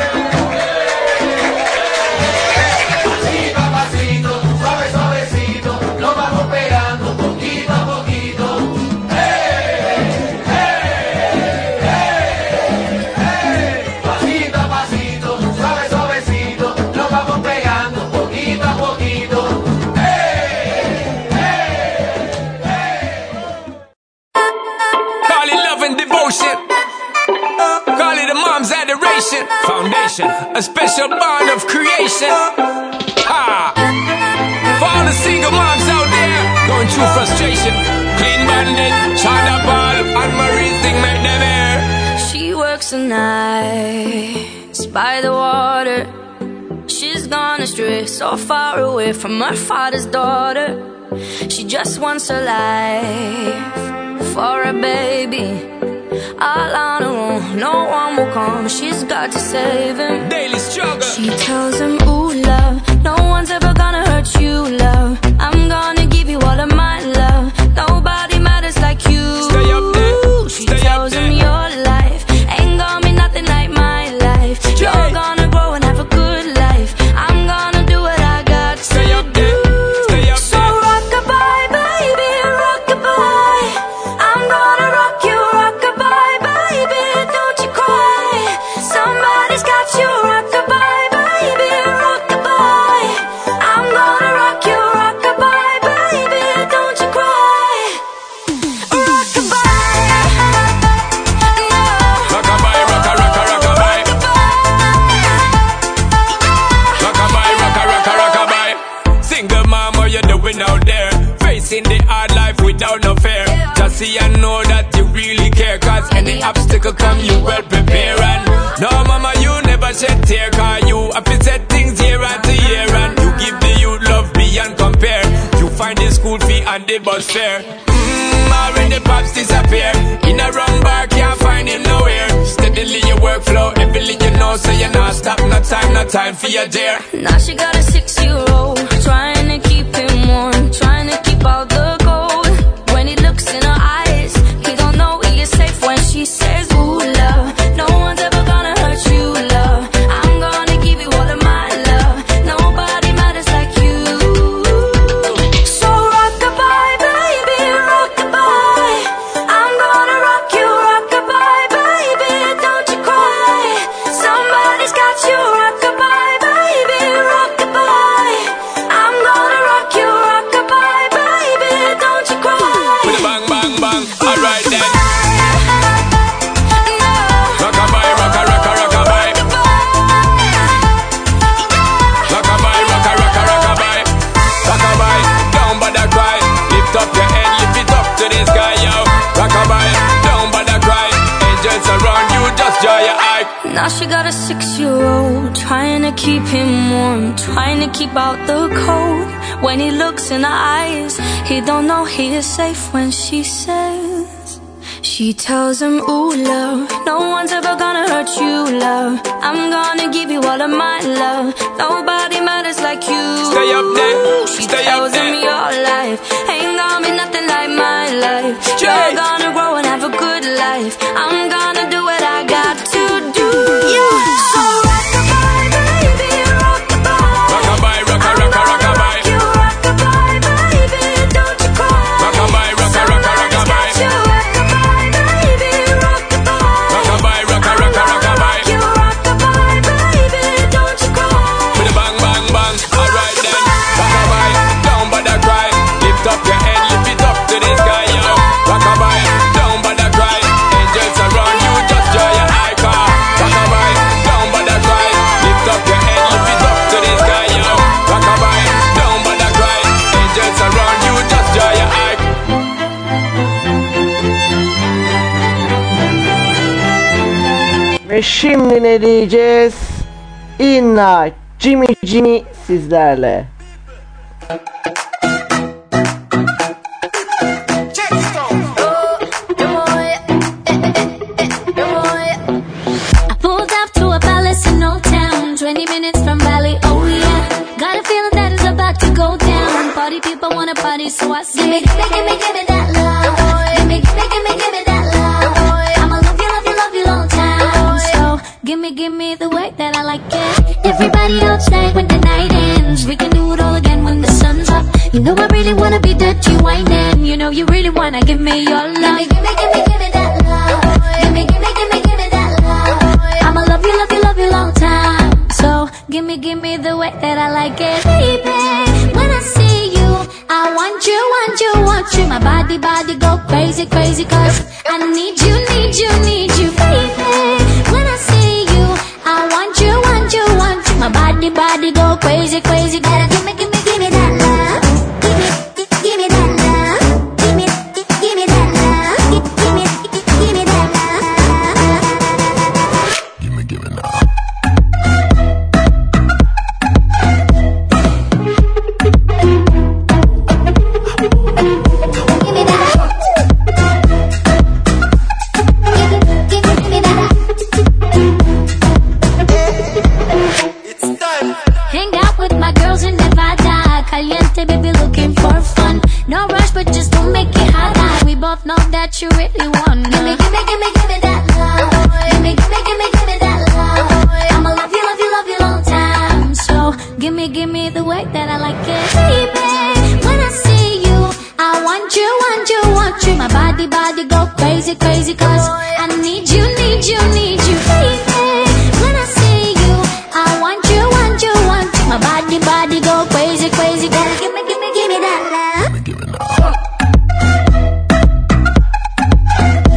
S8: Pasito a pasito, suave, suavecito, nos vamos pegando poquito a poquito. Hey, hey, hey, hey. Pasito a pasito, suave, suavecito, nos vamos pegando poquito a poquito. Hey, hey, hey.
S6: Call it love and devotion. Call it a mom's adoration. Foundation, a special bond of creation. Ha! For all the single moms out there going through frustration, Clean Bandit, China Paul, and Marie thing make them air.
S3: She works the nights by the water. She's gone astray, so far away from her father's daughter. She just wants her life for a baby. All on her own, no one will come. She's got to save him.
S6: Daily struggle.
S3: She tells him, ooh, love, no one's ever gonna hurt you, love. I'm gonna give you all of my love. Nobody matters like you.
S6: Stay up there.
S3: She
S6: Stay
S3: tells
S6: up
S3: him
S6: there.
S3: your life ain't gonna be nothing like my life. You're gonna grow and have a good life. I'm gonna do what I got to
S6: Stay up there. you well prepare. And no mama, you never shed tear, cause you have to set things year after year. And you give the youth love beyond compare. You find the school fee and the bus fare. Already pops disappear. In a wrong bar, can't find him nowhere. Steadily your workflow, everything you know, so you're not stop, no time for your dear.
S3: Now she got a 6-year-old, trying to keep him warm, trying to keep out the cold. When he looks in her eyes, he don't know he is safe when she says, ooh, love, no one's ever gonna hurt you, love. I'm gonna give you all of my love. Nobody matters like you. So rock-a-bye, baby, rock-a-bye. I'm gonna rock you, rock-a-bye, baby, don't you cry. Somebody's got you, rock-a-bye, baby, rock-a-bye. I'm gonna rock you, rock-a-bye, baby, don't you cry.
S6: With a bang, bang, bang, alright then. Rock-a-bye, rocka, rocka, rock-a-bye. Rock-a-bye, rocka, rocka, rock-a-bye. Rock-a-bye, don't bother cry. Lift up your head, lift it up to the sky, yo. Rock-a-bye, don't bother cry. Angels around you, just joy your eye.
S3: Now she got a 6-year-old, trying to keep him warm, trying to keep out the cold. When he looks in her eyes, he don't know he is safe when she says, she tells him, ooh, love, no one's ever gonna hurt you, love. I'm gonna give you all of my love. Nobody matters like you.
S6: Stay up there,
S3: She
S6: stay
S3: tells
S6: up
S3: him
S6: there.
S3: your life ain't gonna be nothing like my life. You're gonna grow and have a good life. I'm gonna do what I got to do. So rock-a-bye, baby, rock-a-bye.
S6: Rock-a-bye, rocka, rocka, rock-a-bye.
S3: You rock-a-bye, baby, don't you cry.
S6: Rock-a-bye, rocka, rocka, rock-a-bye.
S3: You rock-a-bye, baby, rock-a-bye.
S6: Rock-a-bye, rocka, rocka, rock-a-bye.
S3: You rock-a-bye, baby, don't you cry.
S6: With a bang, bang, bang, alright then. Rock-a-bye, don't bother cry. Lift up your head, lift it up to the sky, yo. Rock-a-bye, don't bother cry. Angels around you, just joy your eye car. Rock-a-bye, don't bother cry. Lift up your head, lift it up to the sky, yo. Rock-a-bye, don't bother cry. Angels around you, just joy your eye.
S2: Ve şimdi ne diyeceğiz? Inna Jimmy Jimmy sizlerle.
S7: I pulled up to a palace in Old Town, 20 minutes from Valley, oh yeah. Got a feeling that it's about to go down. Party people wanna party, so I say, give me that love. Give me that love. I'ma love you long time. So give me the way that I like it. Everybody outside when the night ends. We can do it all again when the sun's up. You know I really wanna be dirty whining. You know you really wanna give me your love. Give me that love. Give me that love. I'ma love you long time. So give me the way that I like it, baby. When I see you, I want you. My body go crazy, cause I need you, baby. When I see you, I want you. My body go crazy, gotta give me that love. Give me that love. Give me that love. Give me that love.
S6: Give me now.
S7: Give me that. Give me that.
S8: It's time.
S7: Hang out with my girls in Nevada. Caliente, baby, looking for fun. No rush, but just don't make it hot. We both know that you really want. Give me that love. Give me that love. I'ma love you long time. So give me the way that I like it, baby. When I see you, I want you. My body go crazy, cause I need you, baby. When I see you, I want you. My body go crazy, gotta give me that love.
S6: Give me now.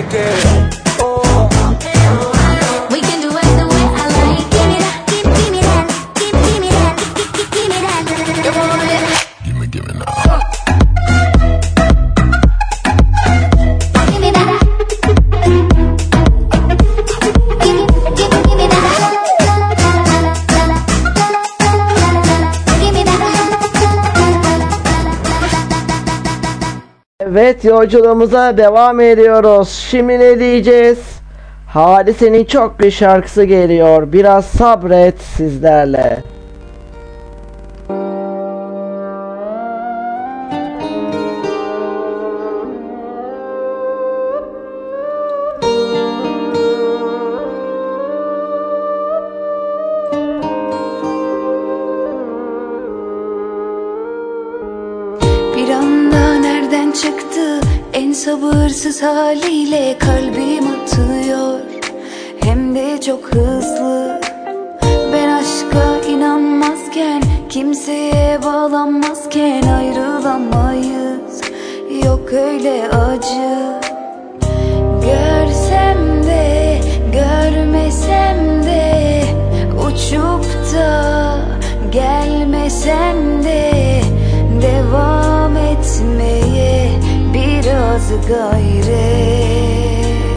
S6: it. Oh.
S7: We can do it the way I like. Give me that, give me that, give me that, give me that. You want it?
S9: Give me now.
S7: Give me that. Give me that.
S2: Evet, yolculuğumuza devam ediyoruz. Şimdi ne diyeceğiz? Hadise'nin çok bir şarkısı geliyor. Biraz sabret sizlerle.
S10: Bir anda nereden çıktı en sabırsız haliyle kalbim atıyor, hem de çok hızlı. Ben aşka inanmazken, kimseye bağlanmazken ayrılamayız, yok öyle acı. Görsem de görmesem de, uçup da gelmesen de, devam etmeye biraz gayret.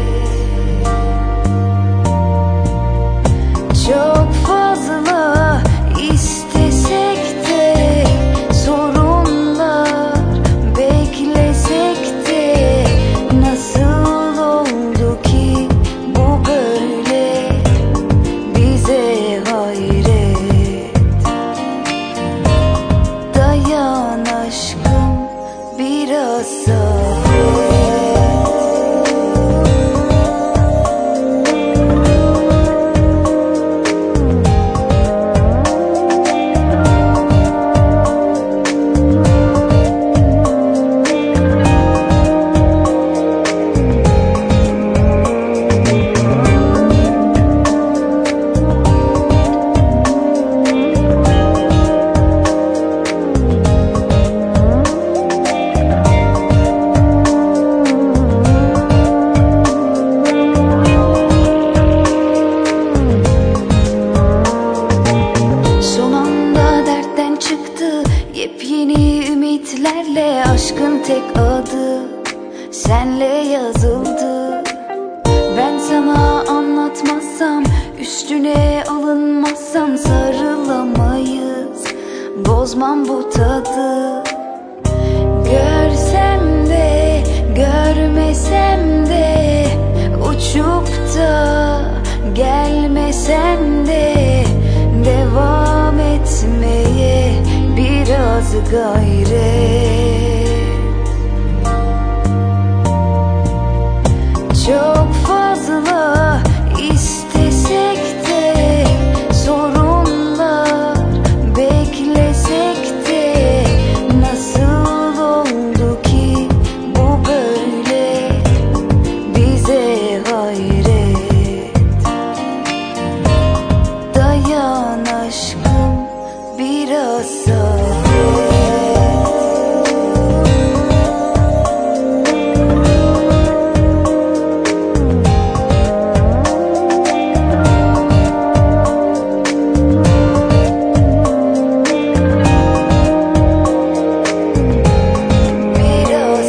S10: Çok fazla istesek de, sorunlar beklesek de, nasıl oldu ki bu böyle, bize hayret. Dayan aşkım, biraz sabret. Son anda dertten çıktı yepyeni ümitlerle, aşkın tek adı senle yazıldı. Ben sana anlatmazsam, üstüne alınmazsam sarılamayız, bozmam bu tadı. Görsem de görmesem de, uçup da gelmesen de, devam etmeye biraz gayret. Çok fazla istesek de, sorunlar beklesek de, nasıl oldu ki bu böyle, bize hayret. Dayan aşkım, biraz sabret. Biraz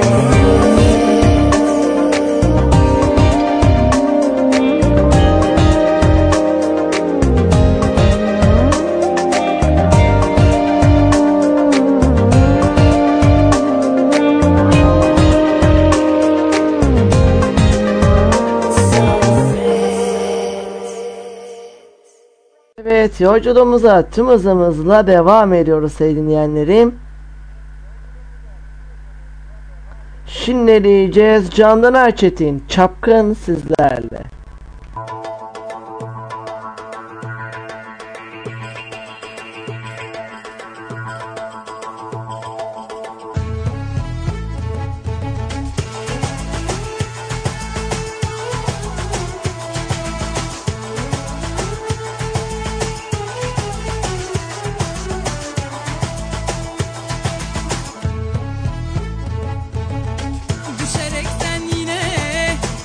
S2: Evet, yolculuğumuza tüm hızımızla devam ediyoruz sevgili dinleyenlerim. Şimdi ne diyeceğiz? Candan Erçetin, Çapkın sizlerle.
S11: Düşerekten yine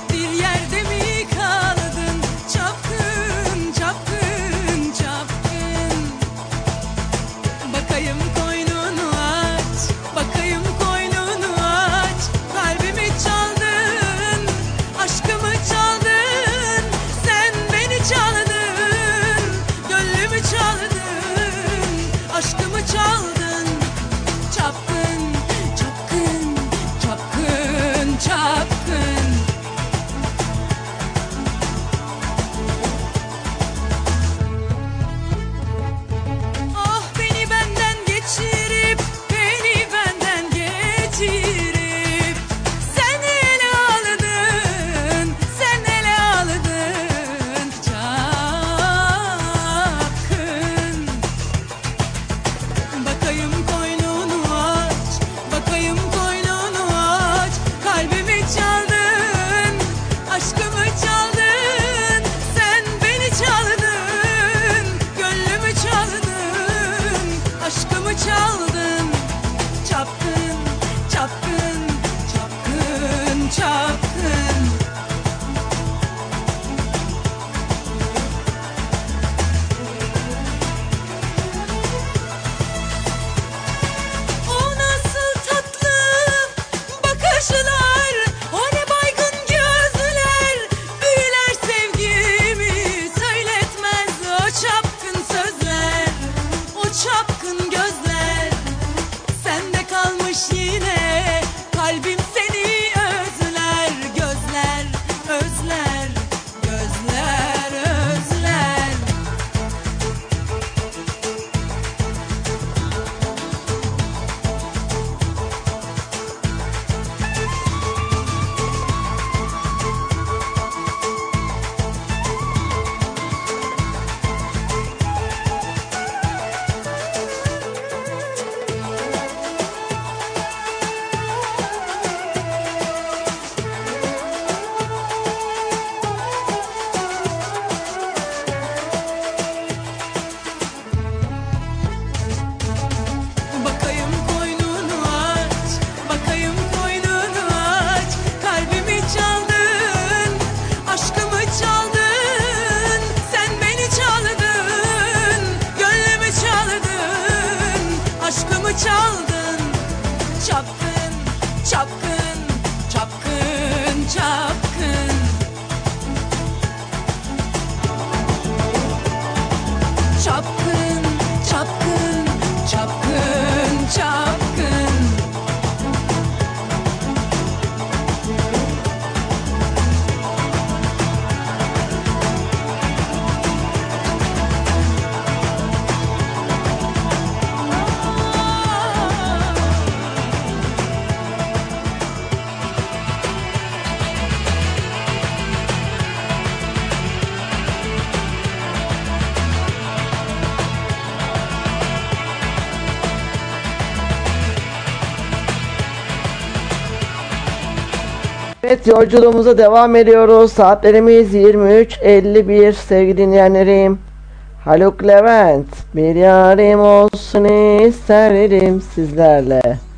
S9: sarhoş yine. Kalbim seni özler, gözler özler, gözler özler. Bakayım koynunu aç, bakayım koynunu aç. Kalbimi çaldın, aşkımı çaldın. Sen beni çaldın, gönlümü çaldın. Aşkımı çaldın, çapkın, çapkın, çapkın, çapkın. Çapkın, çapkın, çapkın, çapkın.
S2: Evet, yolculuğumuza devam ediyoruz. Saatlerimiz 23:51 sevgili dinleyenlerim. Haluk Levent, bir yarim olsun isterim sizlerle.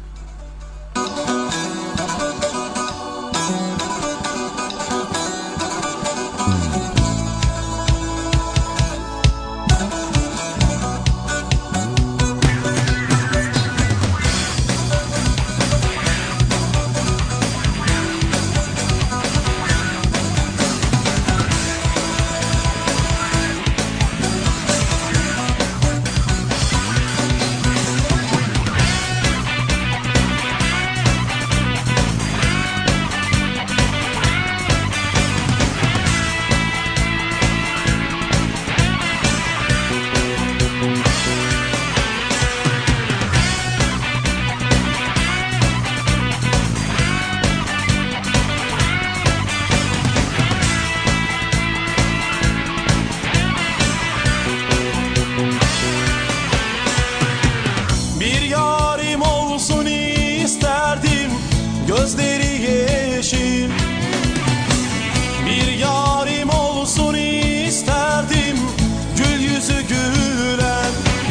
S6: Bir yarim olsun isterdim, gözleri yeşil. Bir yarim olsun isterdim, gül yüzü gülen.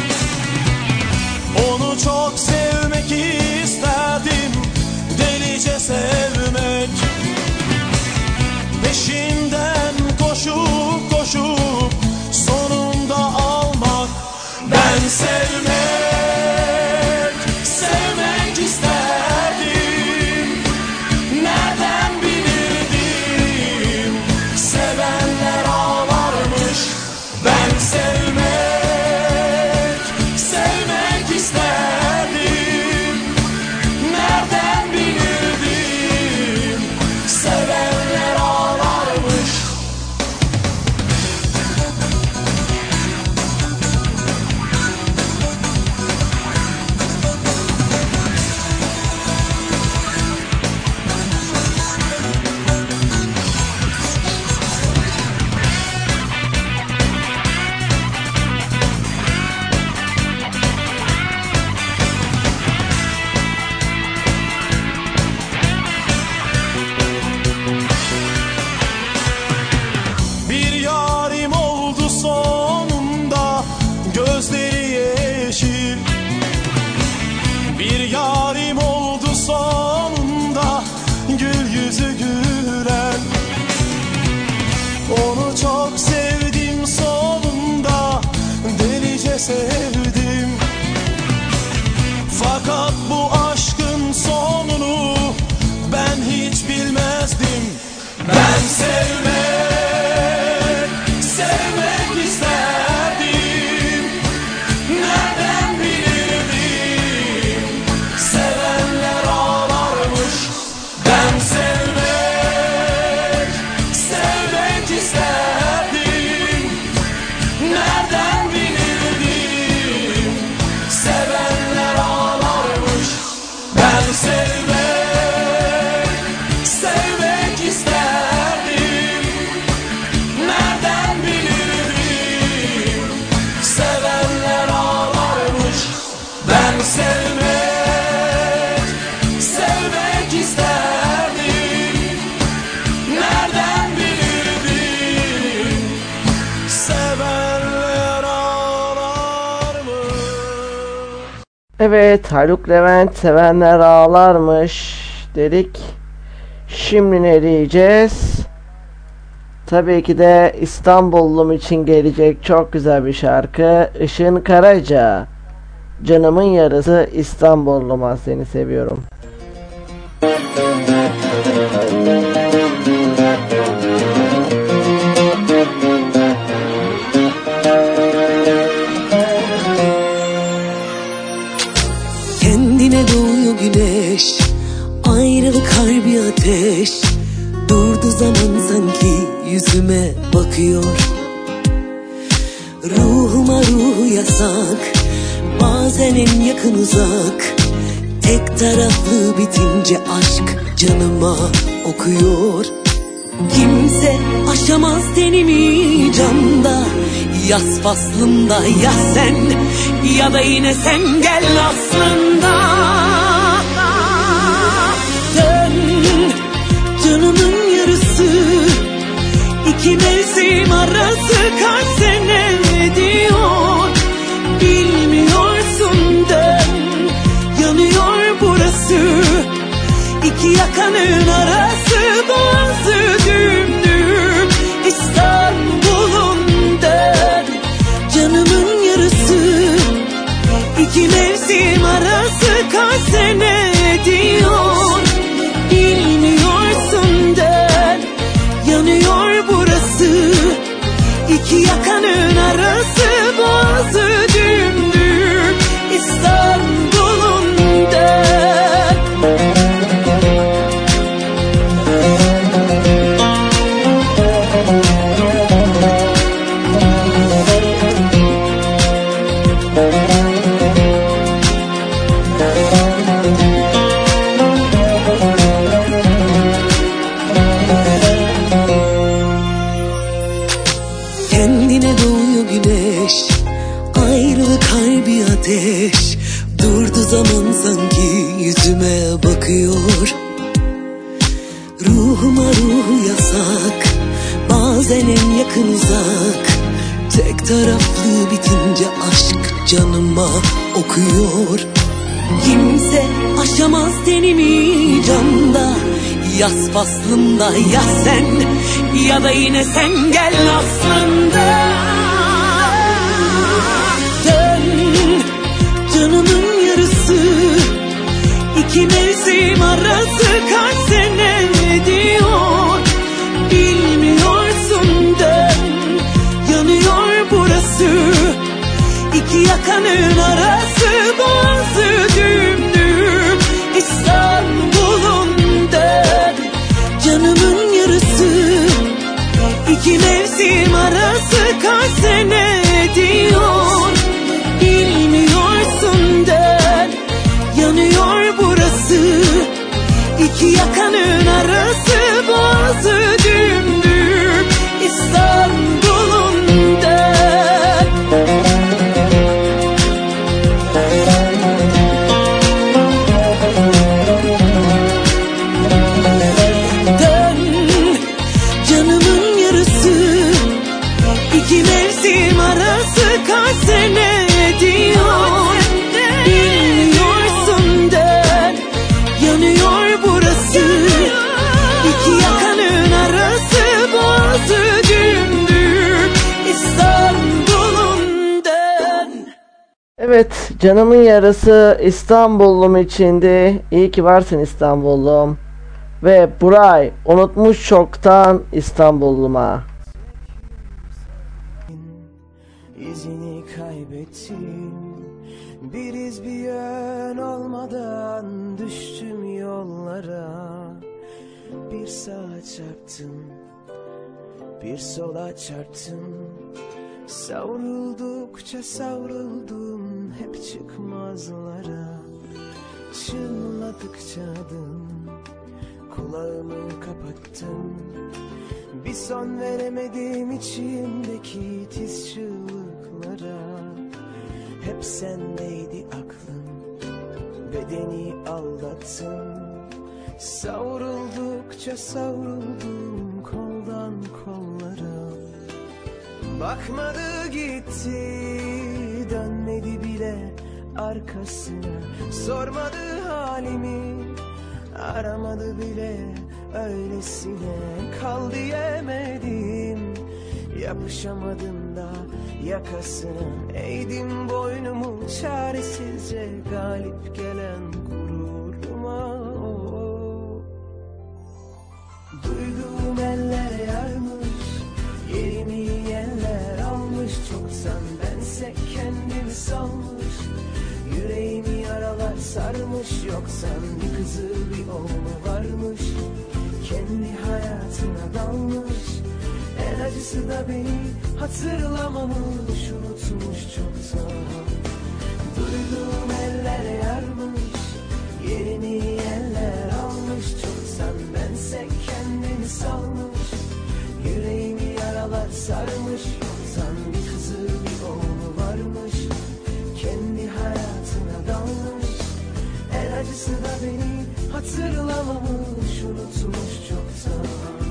S6: Onu çok sevmek isterdim, delice sevmek. Peşinden koşup koşup sonunda almak. Ben sevmek isterdim. Nereden bilirdim, sevenler ağlarmış. Ben sevmek isterdim. Nereden bilirdim, sevenler ağlarmış. Bir yarim oldu sonunda, gözleri yeşil. Bir yarim oldu sonunda, gül yüzü gülen. Onu çok sevdim sonunda, delice sevdim. Fakat bu aşkın sonunu ben hiç bilmezdim. Ben sevmek isterdim. Nereden bilirdim, sevenler sevmek isterdim. Nereden bilirdim, sevenler ağlarmış. Ben sevmek isterdim. Nereden bilirdim, sevenler ağlarmış.
S2: Evet, Haluk Levent sevenler ağlarmış dedik. Şimdi ne diyeceğiz? Tabii ki de İstanbullum için gelecek çok güzel bir şarkı. Işın Karaca. Canımın yarısı İstanbulluma, seni seviyorum.
S9: Kendine doğuyor güneş, ayrılık harbi ateş. Durdu zaman sanki yüzüme bakıyor. Ruhuma ruhu yasak, bazen en yakın uzak. Tek taraflı bitince aşk canıma okuyor. Kimse aşamaz tenimi camda, yaz faslında. Ya sen ya da yine sen gel aslında. Dön canımın yarısı, iki mevsim arası kaç sene diyor. Bilmiyorsun, dön, yanıyor burası. İki yakanın arası, boğazı dümdüm İstanbul'un. Dön canımın yarısı, iki mevsim arası kaç sene diyor. Bilmiyorsun, dön, yanıyor burası. İki yakanın arası, boğazı dümdüm İstanbul'un. Dön. Kendine doğuyor güneş, ayrılık harbi ateş. Durdu zaman sanki yüzüme bakıyor. Ruhuma ruhu yasak, bazen en yakın uzak. Tek taraflı bitince aşk canıma okuyor. Kimse aşamaz tenimi camda, yaz faslında. Ya sen ya da yine sen gel aslında. Dön canımın yarısı, iki mevsim arası kaç sene diyor. Bilmiyorsun, dön, yanıyor burası. İki yakanın arası, boğazı dümdüm İstanbul'un. Dön canımın yarısı, iki mevsim arası kaç sene diyor. Bilmiyorsun, dön, yanıyor burası. İki yakanın arası, boğazı dümdüm İstanbul'un. Dön. Dön canımın yarısı, iki mevsim arası kaç sene diyor. Bilmiyorsun, dön, yanıyor burası. İki yakanın arası, boğazı dümdüm İstanbul'un. Dön.
S2: Evet, canımın yarısı İstanbullum içindi. İyi ki varsın İstanbullum. Ve Buray, unutmuş çoktan İstanbulluma.
S11: İzini kaybettim, bir iz bir yön olmadan düştüm yollara. Bir sağa çarptım, bir sola çarptım. Savruldukça savruldum hep çıkmazlara. çınladıkça adın, kulağımı kapattım. Bir son veremedim içimdeki tiz çığlıklara. Hep sendeydi aklım, bedeni aldattın. Savruldukça savruldum koldan kollara. Bakmadı gitti, dönmedi bile arkasına. Sormadı halimi, aramadı bile öylesine. Kal diyemedim, yapışamadım da yakasına. Eğdim boynumu çaresizce galip gelen gururuma. Duyduğum eller yarmış, yerimi yiyenler almış. Çoktan bense kendimi salmış, yüreğimi yaralar sarmış. Yoksan bir kızı bir oğlu varmış, kendi hayatına dalmış. En acısı da beni hatırlamamış, unutmuş çoktan. Duyduğum eller yarmış, yerini yiyenler almış. Çoktan bense kendini salmış, yüreğimi yaralar sarmış. Yoktan bir kızı bir oğlu varmış, kendi hayatına dalmış. En acısı da beni hatırlamamış, unutmuş çoktan.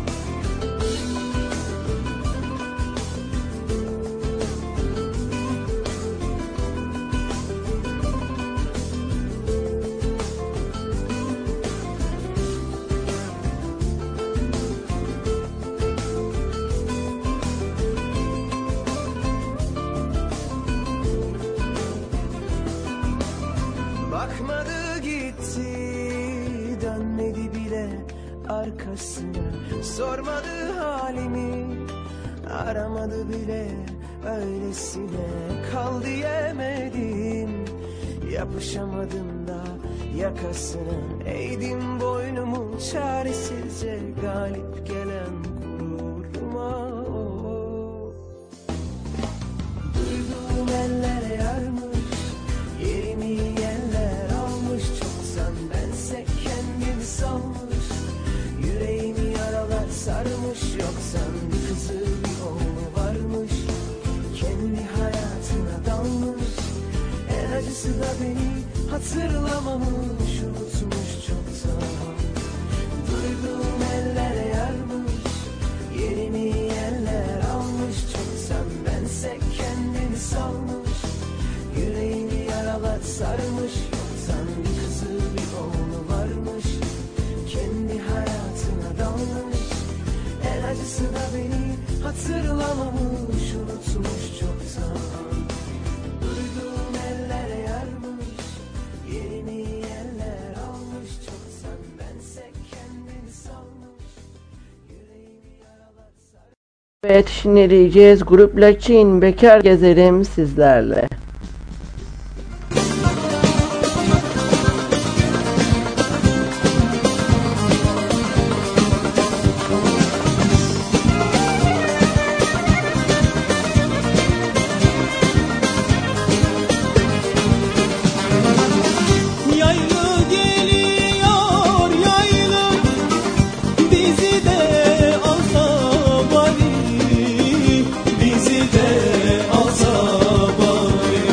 S11: Bakmadı gitti, dönmedi bile arkasına. Sormadı halimi, aramadı bile öylesine. Kal diyemedim, yapışamadım da yakasına. Eğdim boynumu çaresizce galip gelen gururuma. Duyduğum eller yarmış, yerimi yiyenler almış. Çoktan bense kendimi salmış, yüreğimi yaralar sarmış. Yoksan bir kızı bir oğlu varmış, kendi hayatına dalmış. En acısı da beni hatırlamamış, unutmuş çoktan. Duyduğum eller yarmış, yerimi yiyenler almış. Çoktan bense kendini salmış, yüreğimi yaralar sarmış. Yoktan bir kızı bir oğlu varmış, kendi hayatına dalmış. En acısı da beni hatırlamamış, unutmuş çoktan. Duyduğum eller yarmış, yerini yiyenler almış. Çoktan bense kendini salmış, yüreğimi yaralar sarmış.
S2: Evet, şimdi diyeceğiz Grup Laçin, Bekar Gezerim sizlerle.
S9: Yaylı geliyor yaylı, bizi de alsa bari, bizi de alsa bari.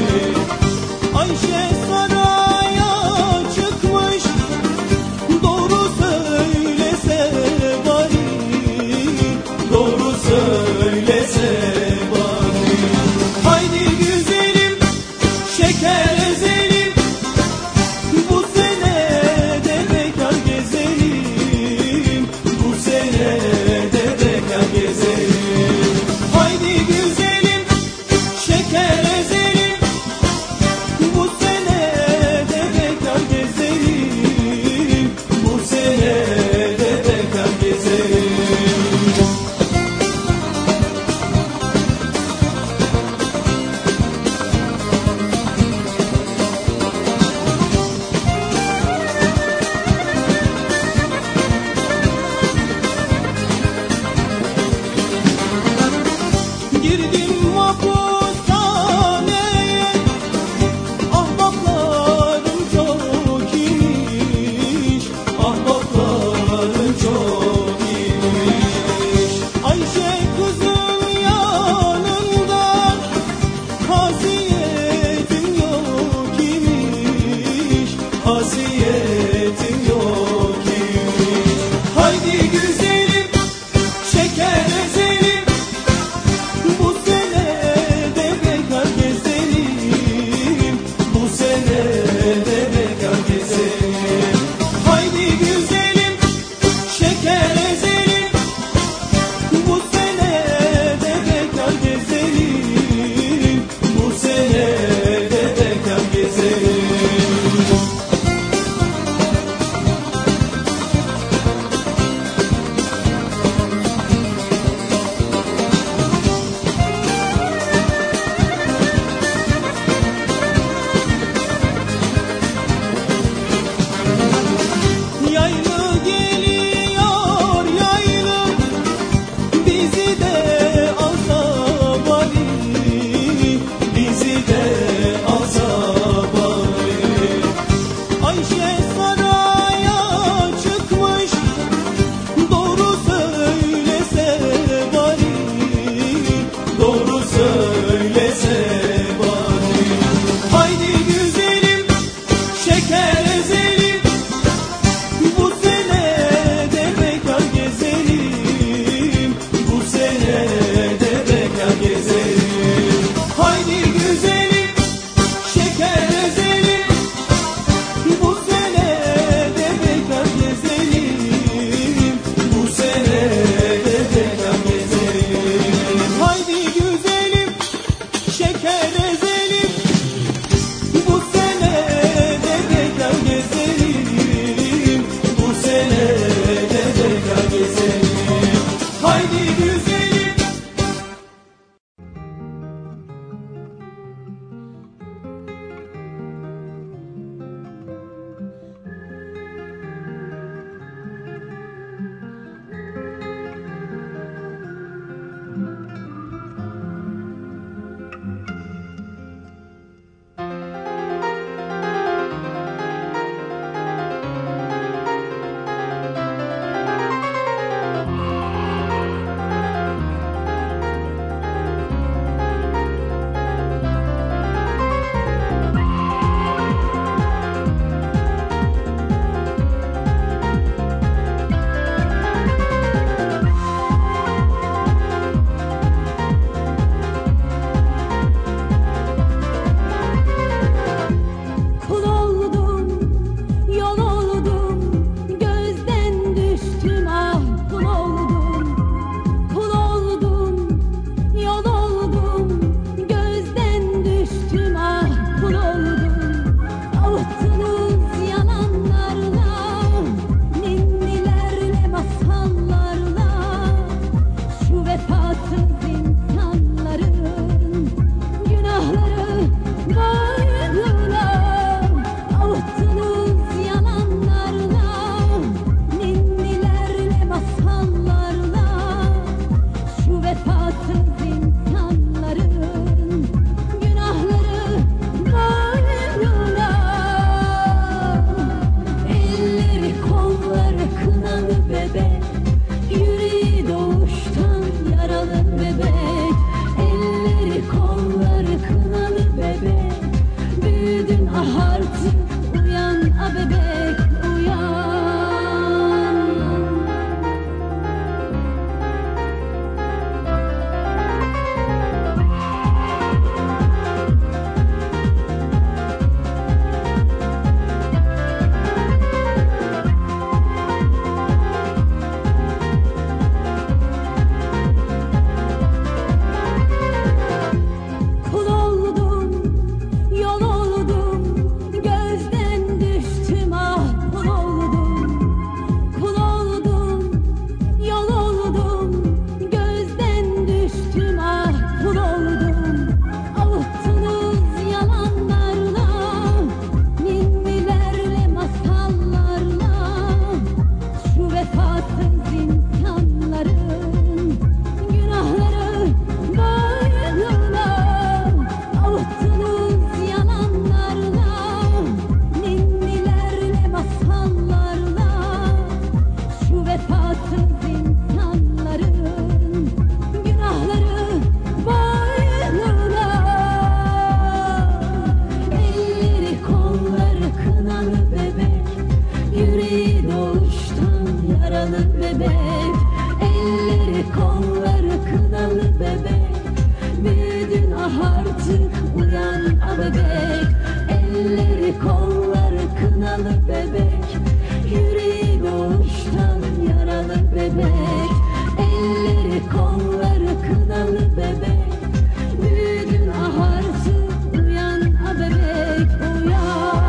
S3: yaralı bebek. Elleri kolları kınalı bebek. Büyüdün ah artık uyan a bebek. Elleri kolları kınalı bebek. Yüreği doğuştan yaralı bebek. Elleri kolları kınalı bebek. Büyüdün ah artık uyan a bebek, uyan.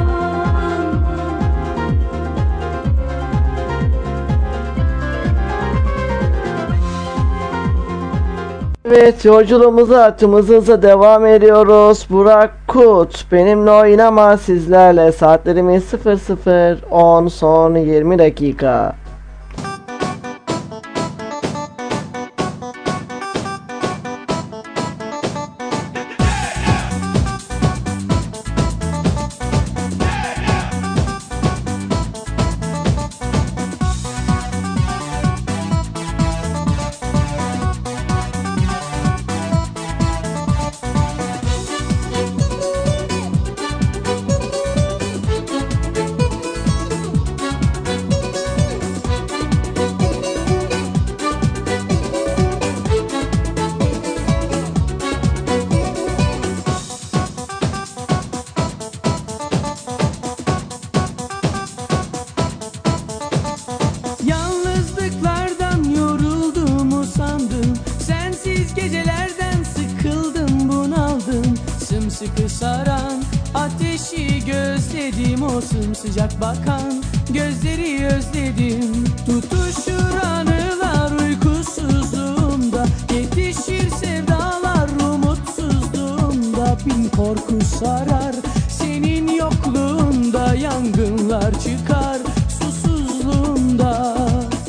S2: Evet, yolculuğumuza tımızımıza devam ediyoruz. Burak Kut benimle oynama, sizlerle saatlerimiz 00:10 son 20 dakika.
S9: Yalnızlıklardan yorulduğumu sandım. Sensiz gecelerden sıkıldım, bunaldım. Sımsıkı saran ateşi gözledim. O sımsıcak bakan gözleri özledim. Tutuşur anılar uykusuzluğumda. Yetişir sevdalar umutsuzluğumda. Bin korku sarar senin yokluğunda. Yangınlar çıkar susuzluğumda.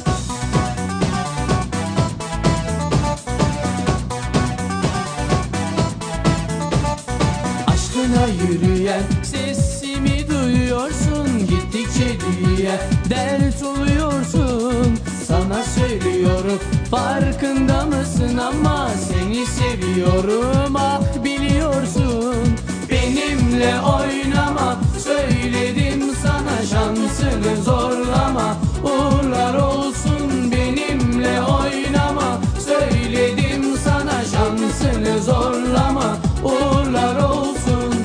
S9: Aşkına yürüyen sesimi duyuyorsun. Gittikçe büyüyen dert oluyorsun. Sana söylüyorum farkında mısın, ama seni seviyorum ah biliyorsun. Benimle oynama söyledim sana, şansını zorlama uğurlar olsun. Benimle oynama söyledim sana, şansını zorlama uğurlar olsun.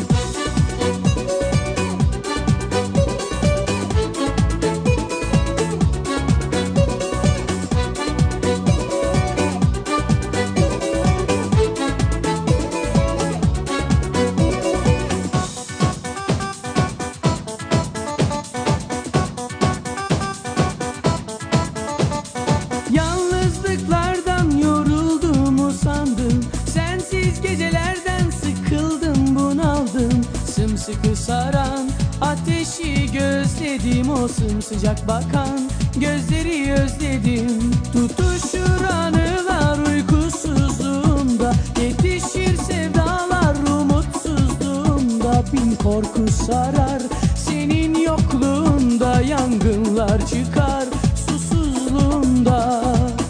S9: Yalnızlıklardan yorulduğumu sandım. Sensiz gecelerden sıkıldım, bunaldım. Sımsıkı saran ateşi gözledim. O sımsıcak bakan gözleri özledim. Tutuşur anılar uykusuzluğumda. Yetişir sevdalar umutsuzluğumda. Bin korku sarar senin yokluğunda. Yangınlar çıkar susuzluğumda.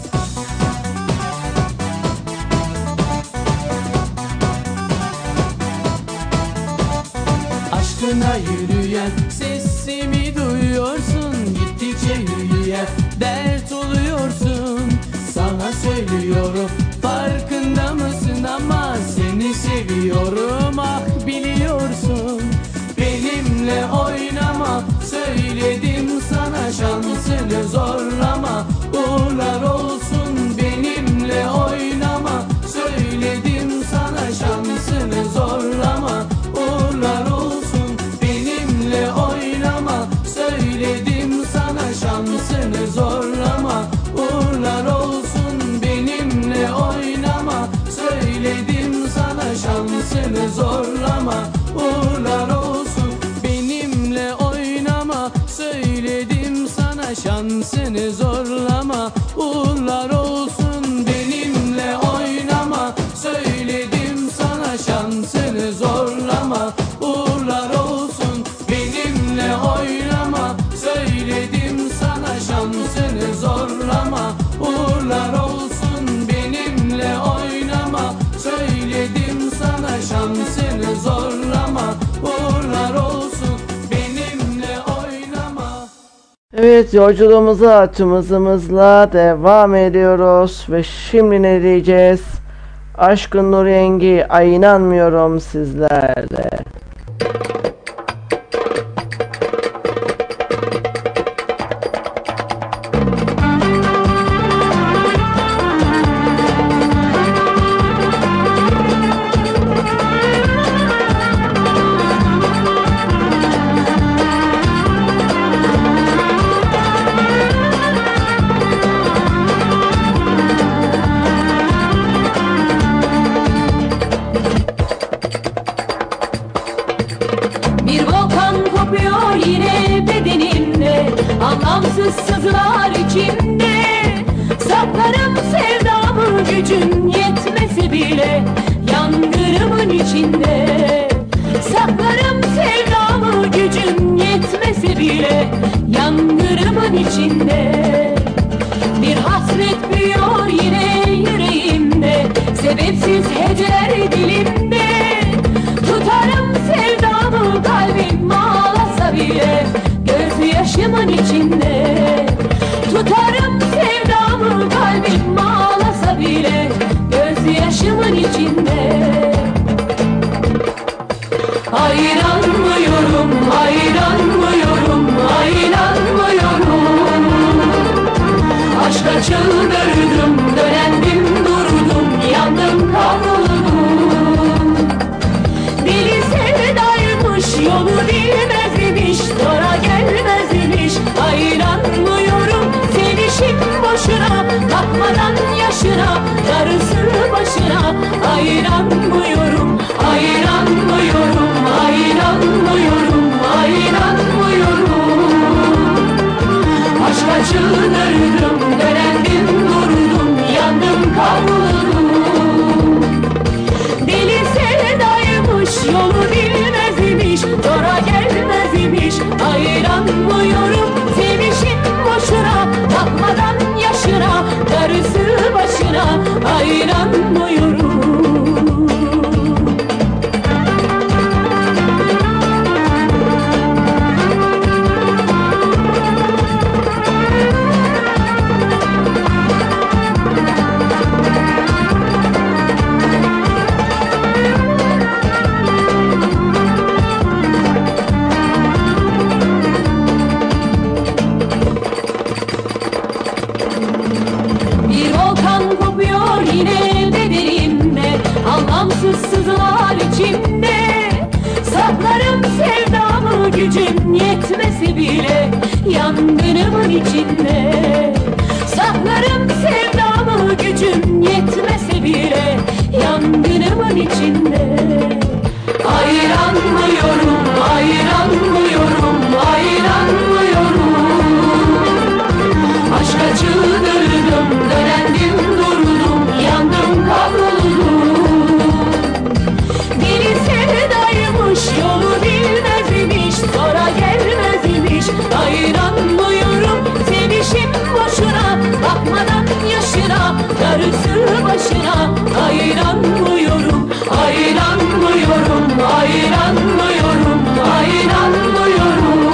S9: Aşkına yürüyen sesimi duyuyorsun. Gittikçe yürüyen dert oluyorsun. Sana söylüyorum farkında mısın, ama seni seviyorum ah biliyorsun. Benimle oynama söyledim sana, şansını zorlama uğurlar olsun. Benimle oynama söyledim sana, şansını zorlama uğurlar olsun. Benimle oynama söyledim sana, şansını zorlama uğurlar olsun. Benimle oynama söyledim sana, şansını zorlama uğurlar olsun. Benimle oynama söyledim sana, şansını zorlama uğurlar olsun. Benimle oynama söyledim sana, şansını zorlama uğurlar olsun. Benimle oynama söyledim sana, şansını zorlama uğurlar olsun. Benimle oynama söyledim sana, şansını zorlama uğurlar olsun. Benimle oynama.
S2: Evet, yolculuğumuza tüm hızımızla devam ediyoruz ve şimdi ne diyeceğiz? Aşkın Nur Yengi, ay inanmıyorum sizlerle.
S3: Anlamsız sızılar içinde saklarım sevdamı, gücün yetmese bile yangınımın içinde. Saklarım sevdamı, gücün yetmese bile yangınımın içinde. Bir hasret büyüyor yine yüreğimde, sebepsiz heceler dilimde. Tutarım sevdamı, kalbim ağlasa bile gözyaşımın içinde. Tutarım sevdamı, kalbim ağlasa bile gözyaşımın içinde. Hayranmıyorum, hayranmıyorum, hayranmıyorum. Aşka çıldırdım, dönendim durdum, yandım kavruldum. Deli sevdaymış, yolu bilmezmiş, sonra gelmezmiş. Hayranmıyorum, sevişim boşuna, bakmadan yaşına, darısı başına. Hayranmıyorum, hayranmıyorum, hayranmıyorum, hayranmıyorum. Aşka çıldırdım, dönendim durdum, yandım kavruldum. Deli sevdaymış, yolu bilmezmiş, sonra gelmezmiş. Hayranmıyorum, sevişim boşuna, bakmadan yaşına, darısı başına. Hayranmıyorum. Anlamsız sızılar içinde saklarım sevdamı, gücüm yetmesi bile yangınımın içinde. Saklarım sevdamı, gücüm yetmesi bile yangınımın içinde. Hayranmıyorum, hayranmıyorum, hayranmıyorum. Aşka çıldırdım, dönendim durdum, yandım kavruldum. Deli sevdaymış, yolu bilmezmiş, sonra gelmezmiş. Hayranmıyorum, sevişim boşuna, bakmadan yaşına, darısı başına. Hayranmıyorum, hayranmıyorum, hayranmıyorum, hayranmıyorum.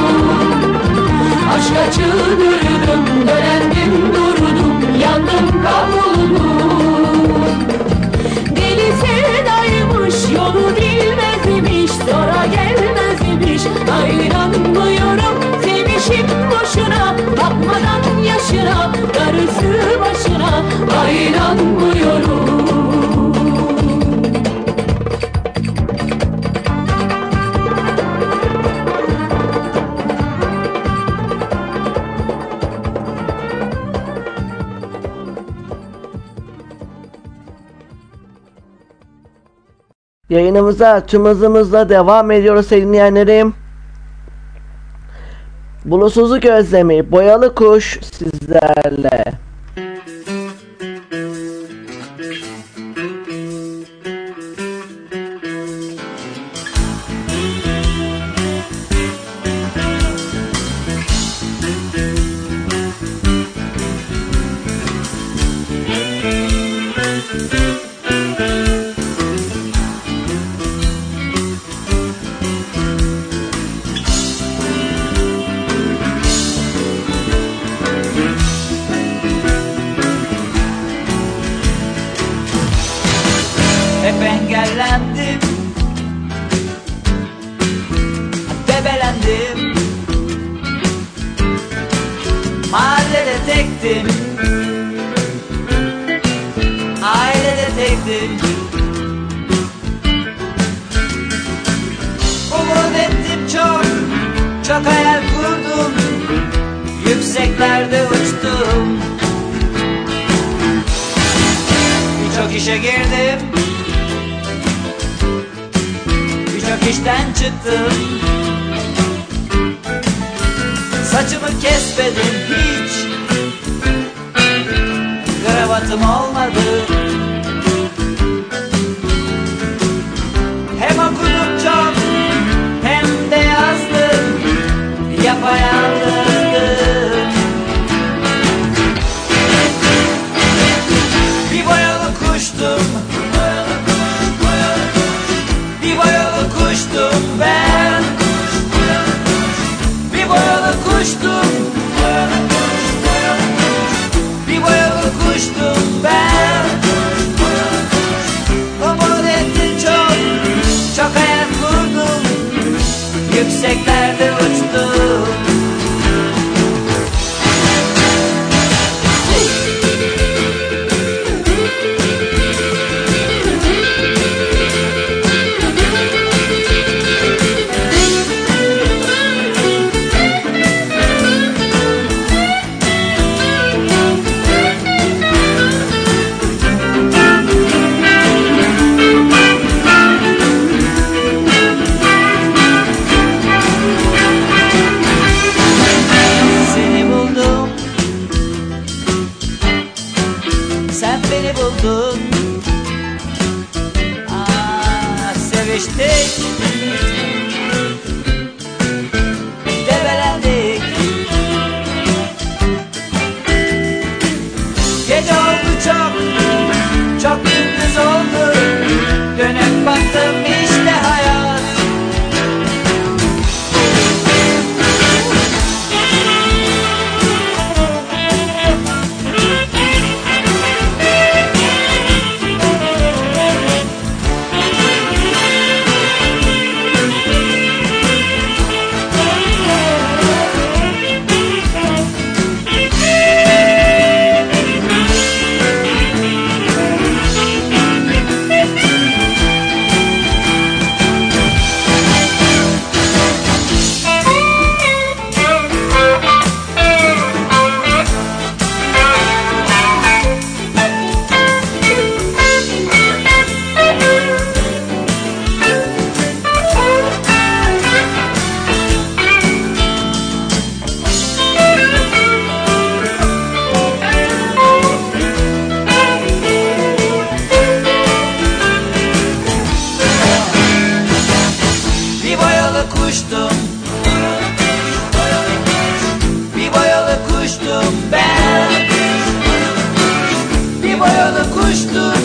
S3: Aşka çıldırdım, dönendim durdum, yandım kavruldum. Deli sevdaymış, yolu bilmezmiş, sonra gelmezmiş. Hayranmıyorum, sevişim boşuna, bakmadan yaşına, darısı başına. Hayranmıyorum.
S2: Yayınımıza tüm hızımızla devam ediyoruz sevgili dinleyenlerim. Bulutsuzluk özlemi, boyalı kuş sizlerle.
S5: ettim. Ailede tektim. Umut ettim çok, çok hayal kurdum. Yükseklerde uçtum. Birçok işe girdim. Birçok işten çıktım. Saçımı kesmedim hiç. Kravatım olmadı. Hem okudum çok, hem de yazdım. Yapayalnızdım. Bir boyalı kuştum. Bir boyalı kuştum ben. Bir boyalı kuştum. Bir boyalı kuştum ben. Umut ettim çok, çok hayal kurdum. Yükseklerde uçtum. Seni buldum. Sen beni buldun. Seviştik. Debelendik. Gece oldu çok, çok gündüz oldu. Dönüp baktım işte hayat. Bir boyalı kuştum. Bir boyalı kuştum ben. Bir boyalı kuştum.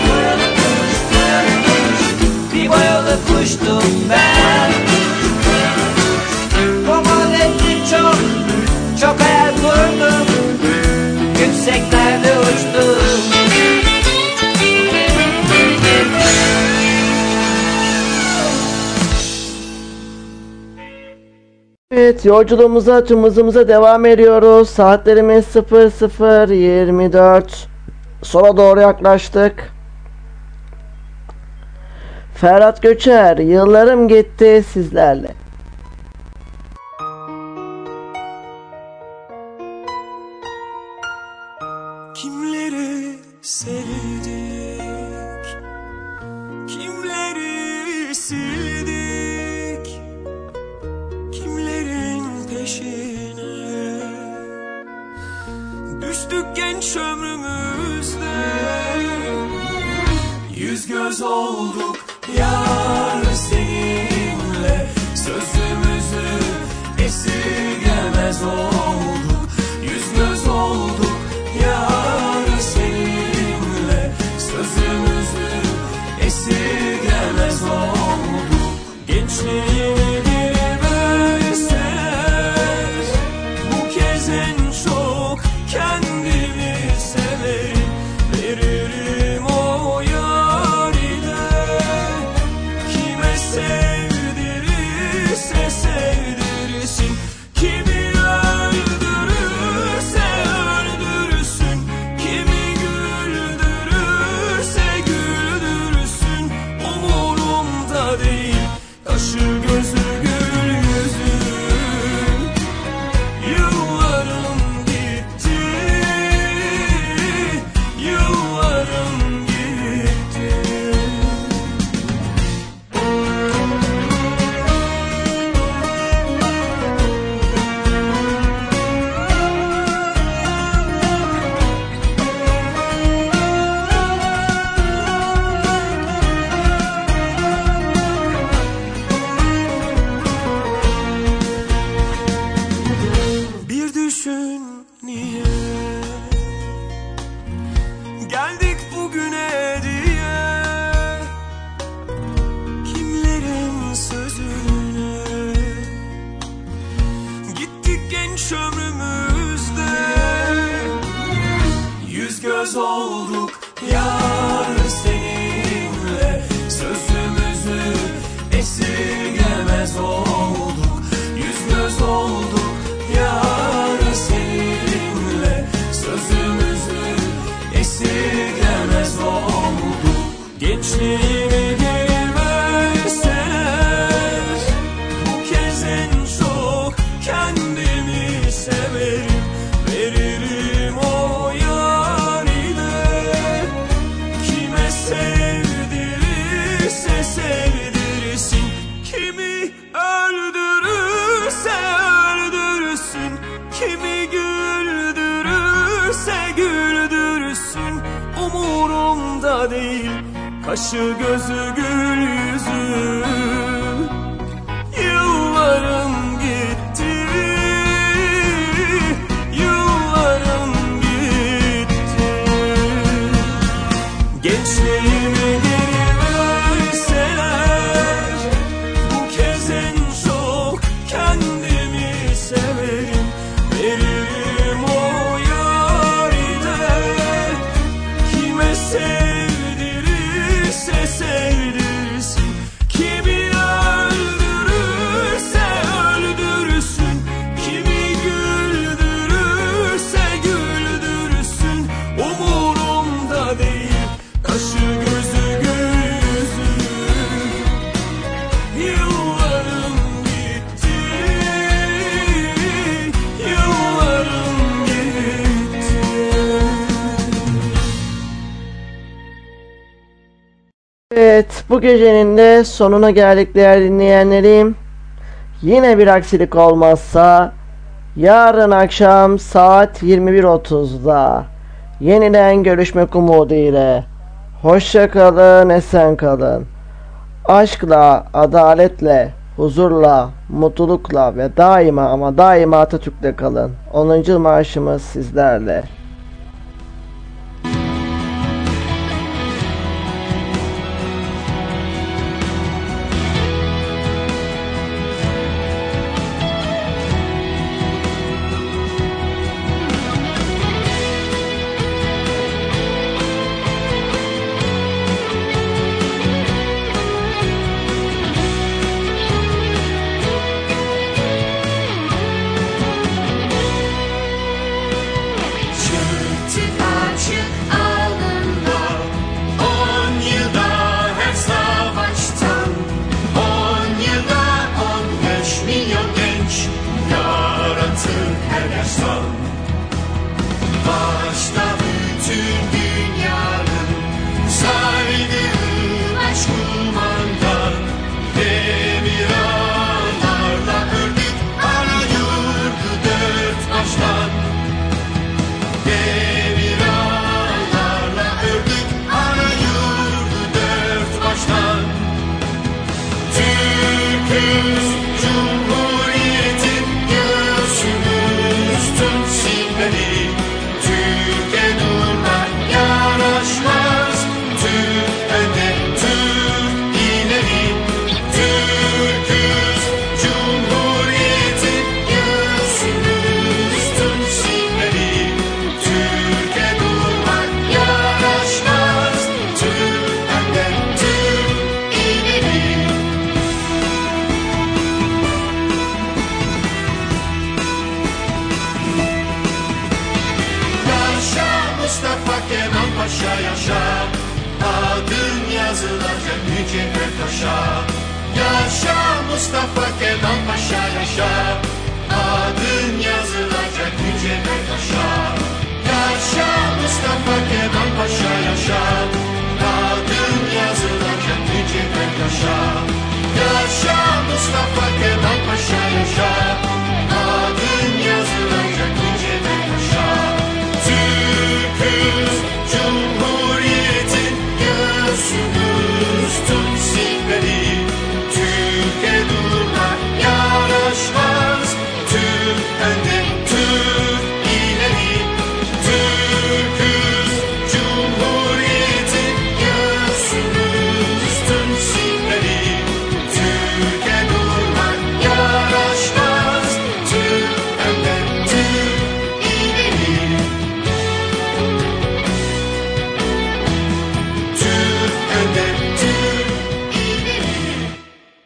S5: Bir boyalı kuştum ben. Umut ettim çok, çok hayal kurdum. Yükseklerde uçtum.
S2: Evet, yolculuğumuza, tüm hızımıza devam ediyoruz. Saatlerimiz 00:24. Sola doğru yaklaştık. Ferhat Göçer, yıllarım gitti sizlerle.
S6: Kimleri sevdik, kimleri sildik, kimlerin peşine düştük genç ömrümüzde. Yüz göz olduk yar seninle, sözümüzü esirgemez olduk. Yüz göz olduk yar seninle, sözümüzü esirgemez olduk. Gençliğini bilmezler, bu kez en çok kendimi severim. Veririm o yarine, kime sevdirirse sevdirsin. Kimi öldürürse öldürsün. düşün niye geldik bugüne diye, kimlerin sözüne gittik genç ömrümüzde. Yüz göz olduk yar seninle, sözümüzü esirgemez olduk. Yüz göz olduk yar seninle, sözümüzü esirgemez olduk. Gençliğimi geri verseler, bu kez en çok kendimi severim. Veririm o yarine, kime sevdirirse sevdirsin, kimi öldürürse öldürsün, kimi güldürürse güldürsün. Umurumda değil kaşı gözü gül yüzü. Yıllarım gitti, yıllarım gitti. Gençliğimi geri verseler, bu kez en çok kendimi severim. Veririm o yarine, kime sevdirirse sevdirsin, kimi öldürürse öldürsün, kimi güldürürse güldürsün. Umurumda değil kaşı gözü gül yüzü. Yıllarım gitti, yıllarım gitti.
S2: Evet, bu gecenin de sonuna geldik değerli dinleyenlerim. Yine bir aksilik olmazsa yarın akşam saat 21.30'da yeniden görüşmek umuduyla. Hoşça kalın, esen kalın. Aşkla, adaletle, huzurla, mutlulukla ve daima ama daima Atatürk'le kalın. 10. yıl marşımız sizlerle.
S12: Çıktı açık alnında 10 yılda her savaştan, 10 yılda 15 milyon genç yaratır her yaştan. Başta bütün dünyanın saydığı baş kumandan, demir ağlarla ördük ana yurdu dört baştan. Demir ağlarla ördük ana yurdu dört baştan. Türk'üz, Cumhuriyet'in göğsümüz tüm silmeli. Türkiye durmak yanaşmaz, Türk önde, Türk ileri. Türk'üz, Cumhuriyet'in göğsümüz tüm silmeli. Türkiye durmak yanaşmaz, Türk önde, Türk ileri. Yaşa Mustafa Kemal Paşa yaşa, adın yazılacak mücevher taşa. Yaşa Mustafa Kemal Paşa yaşa, adın yazılacak mücevher taşa. Yaşa Mustafa Kemal Paşa yaşa, adın yazılacak mücevher taşa. Yaşa Mustafa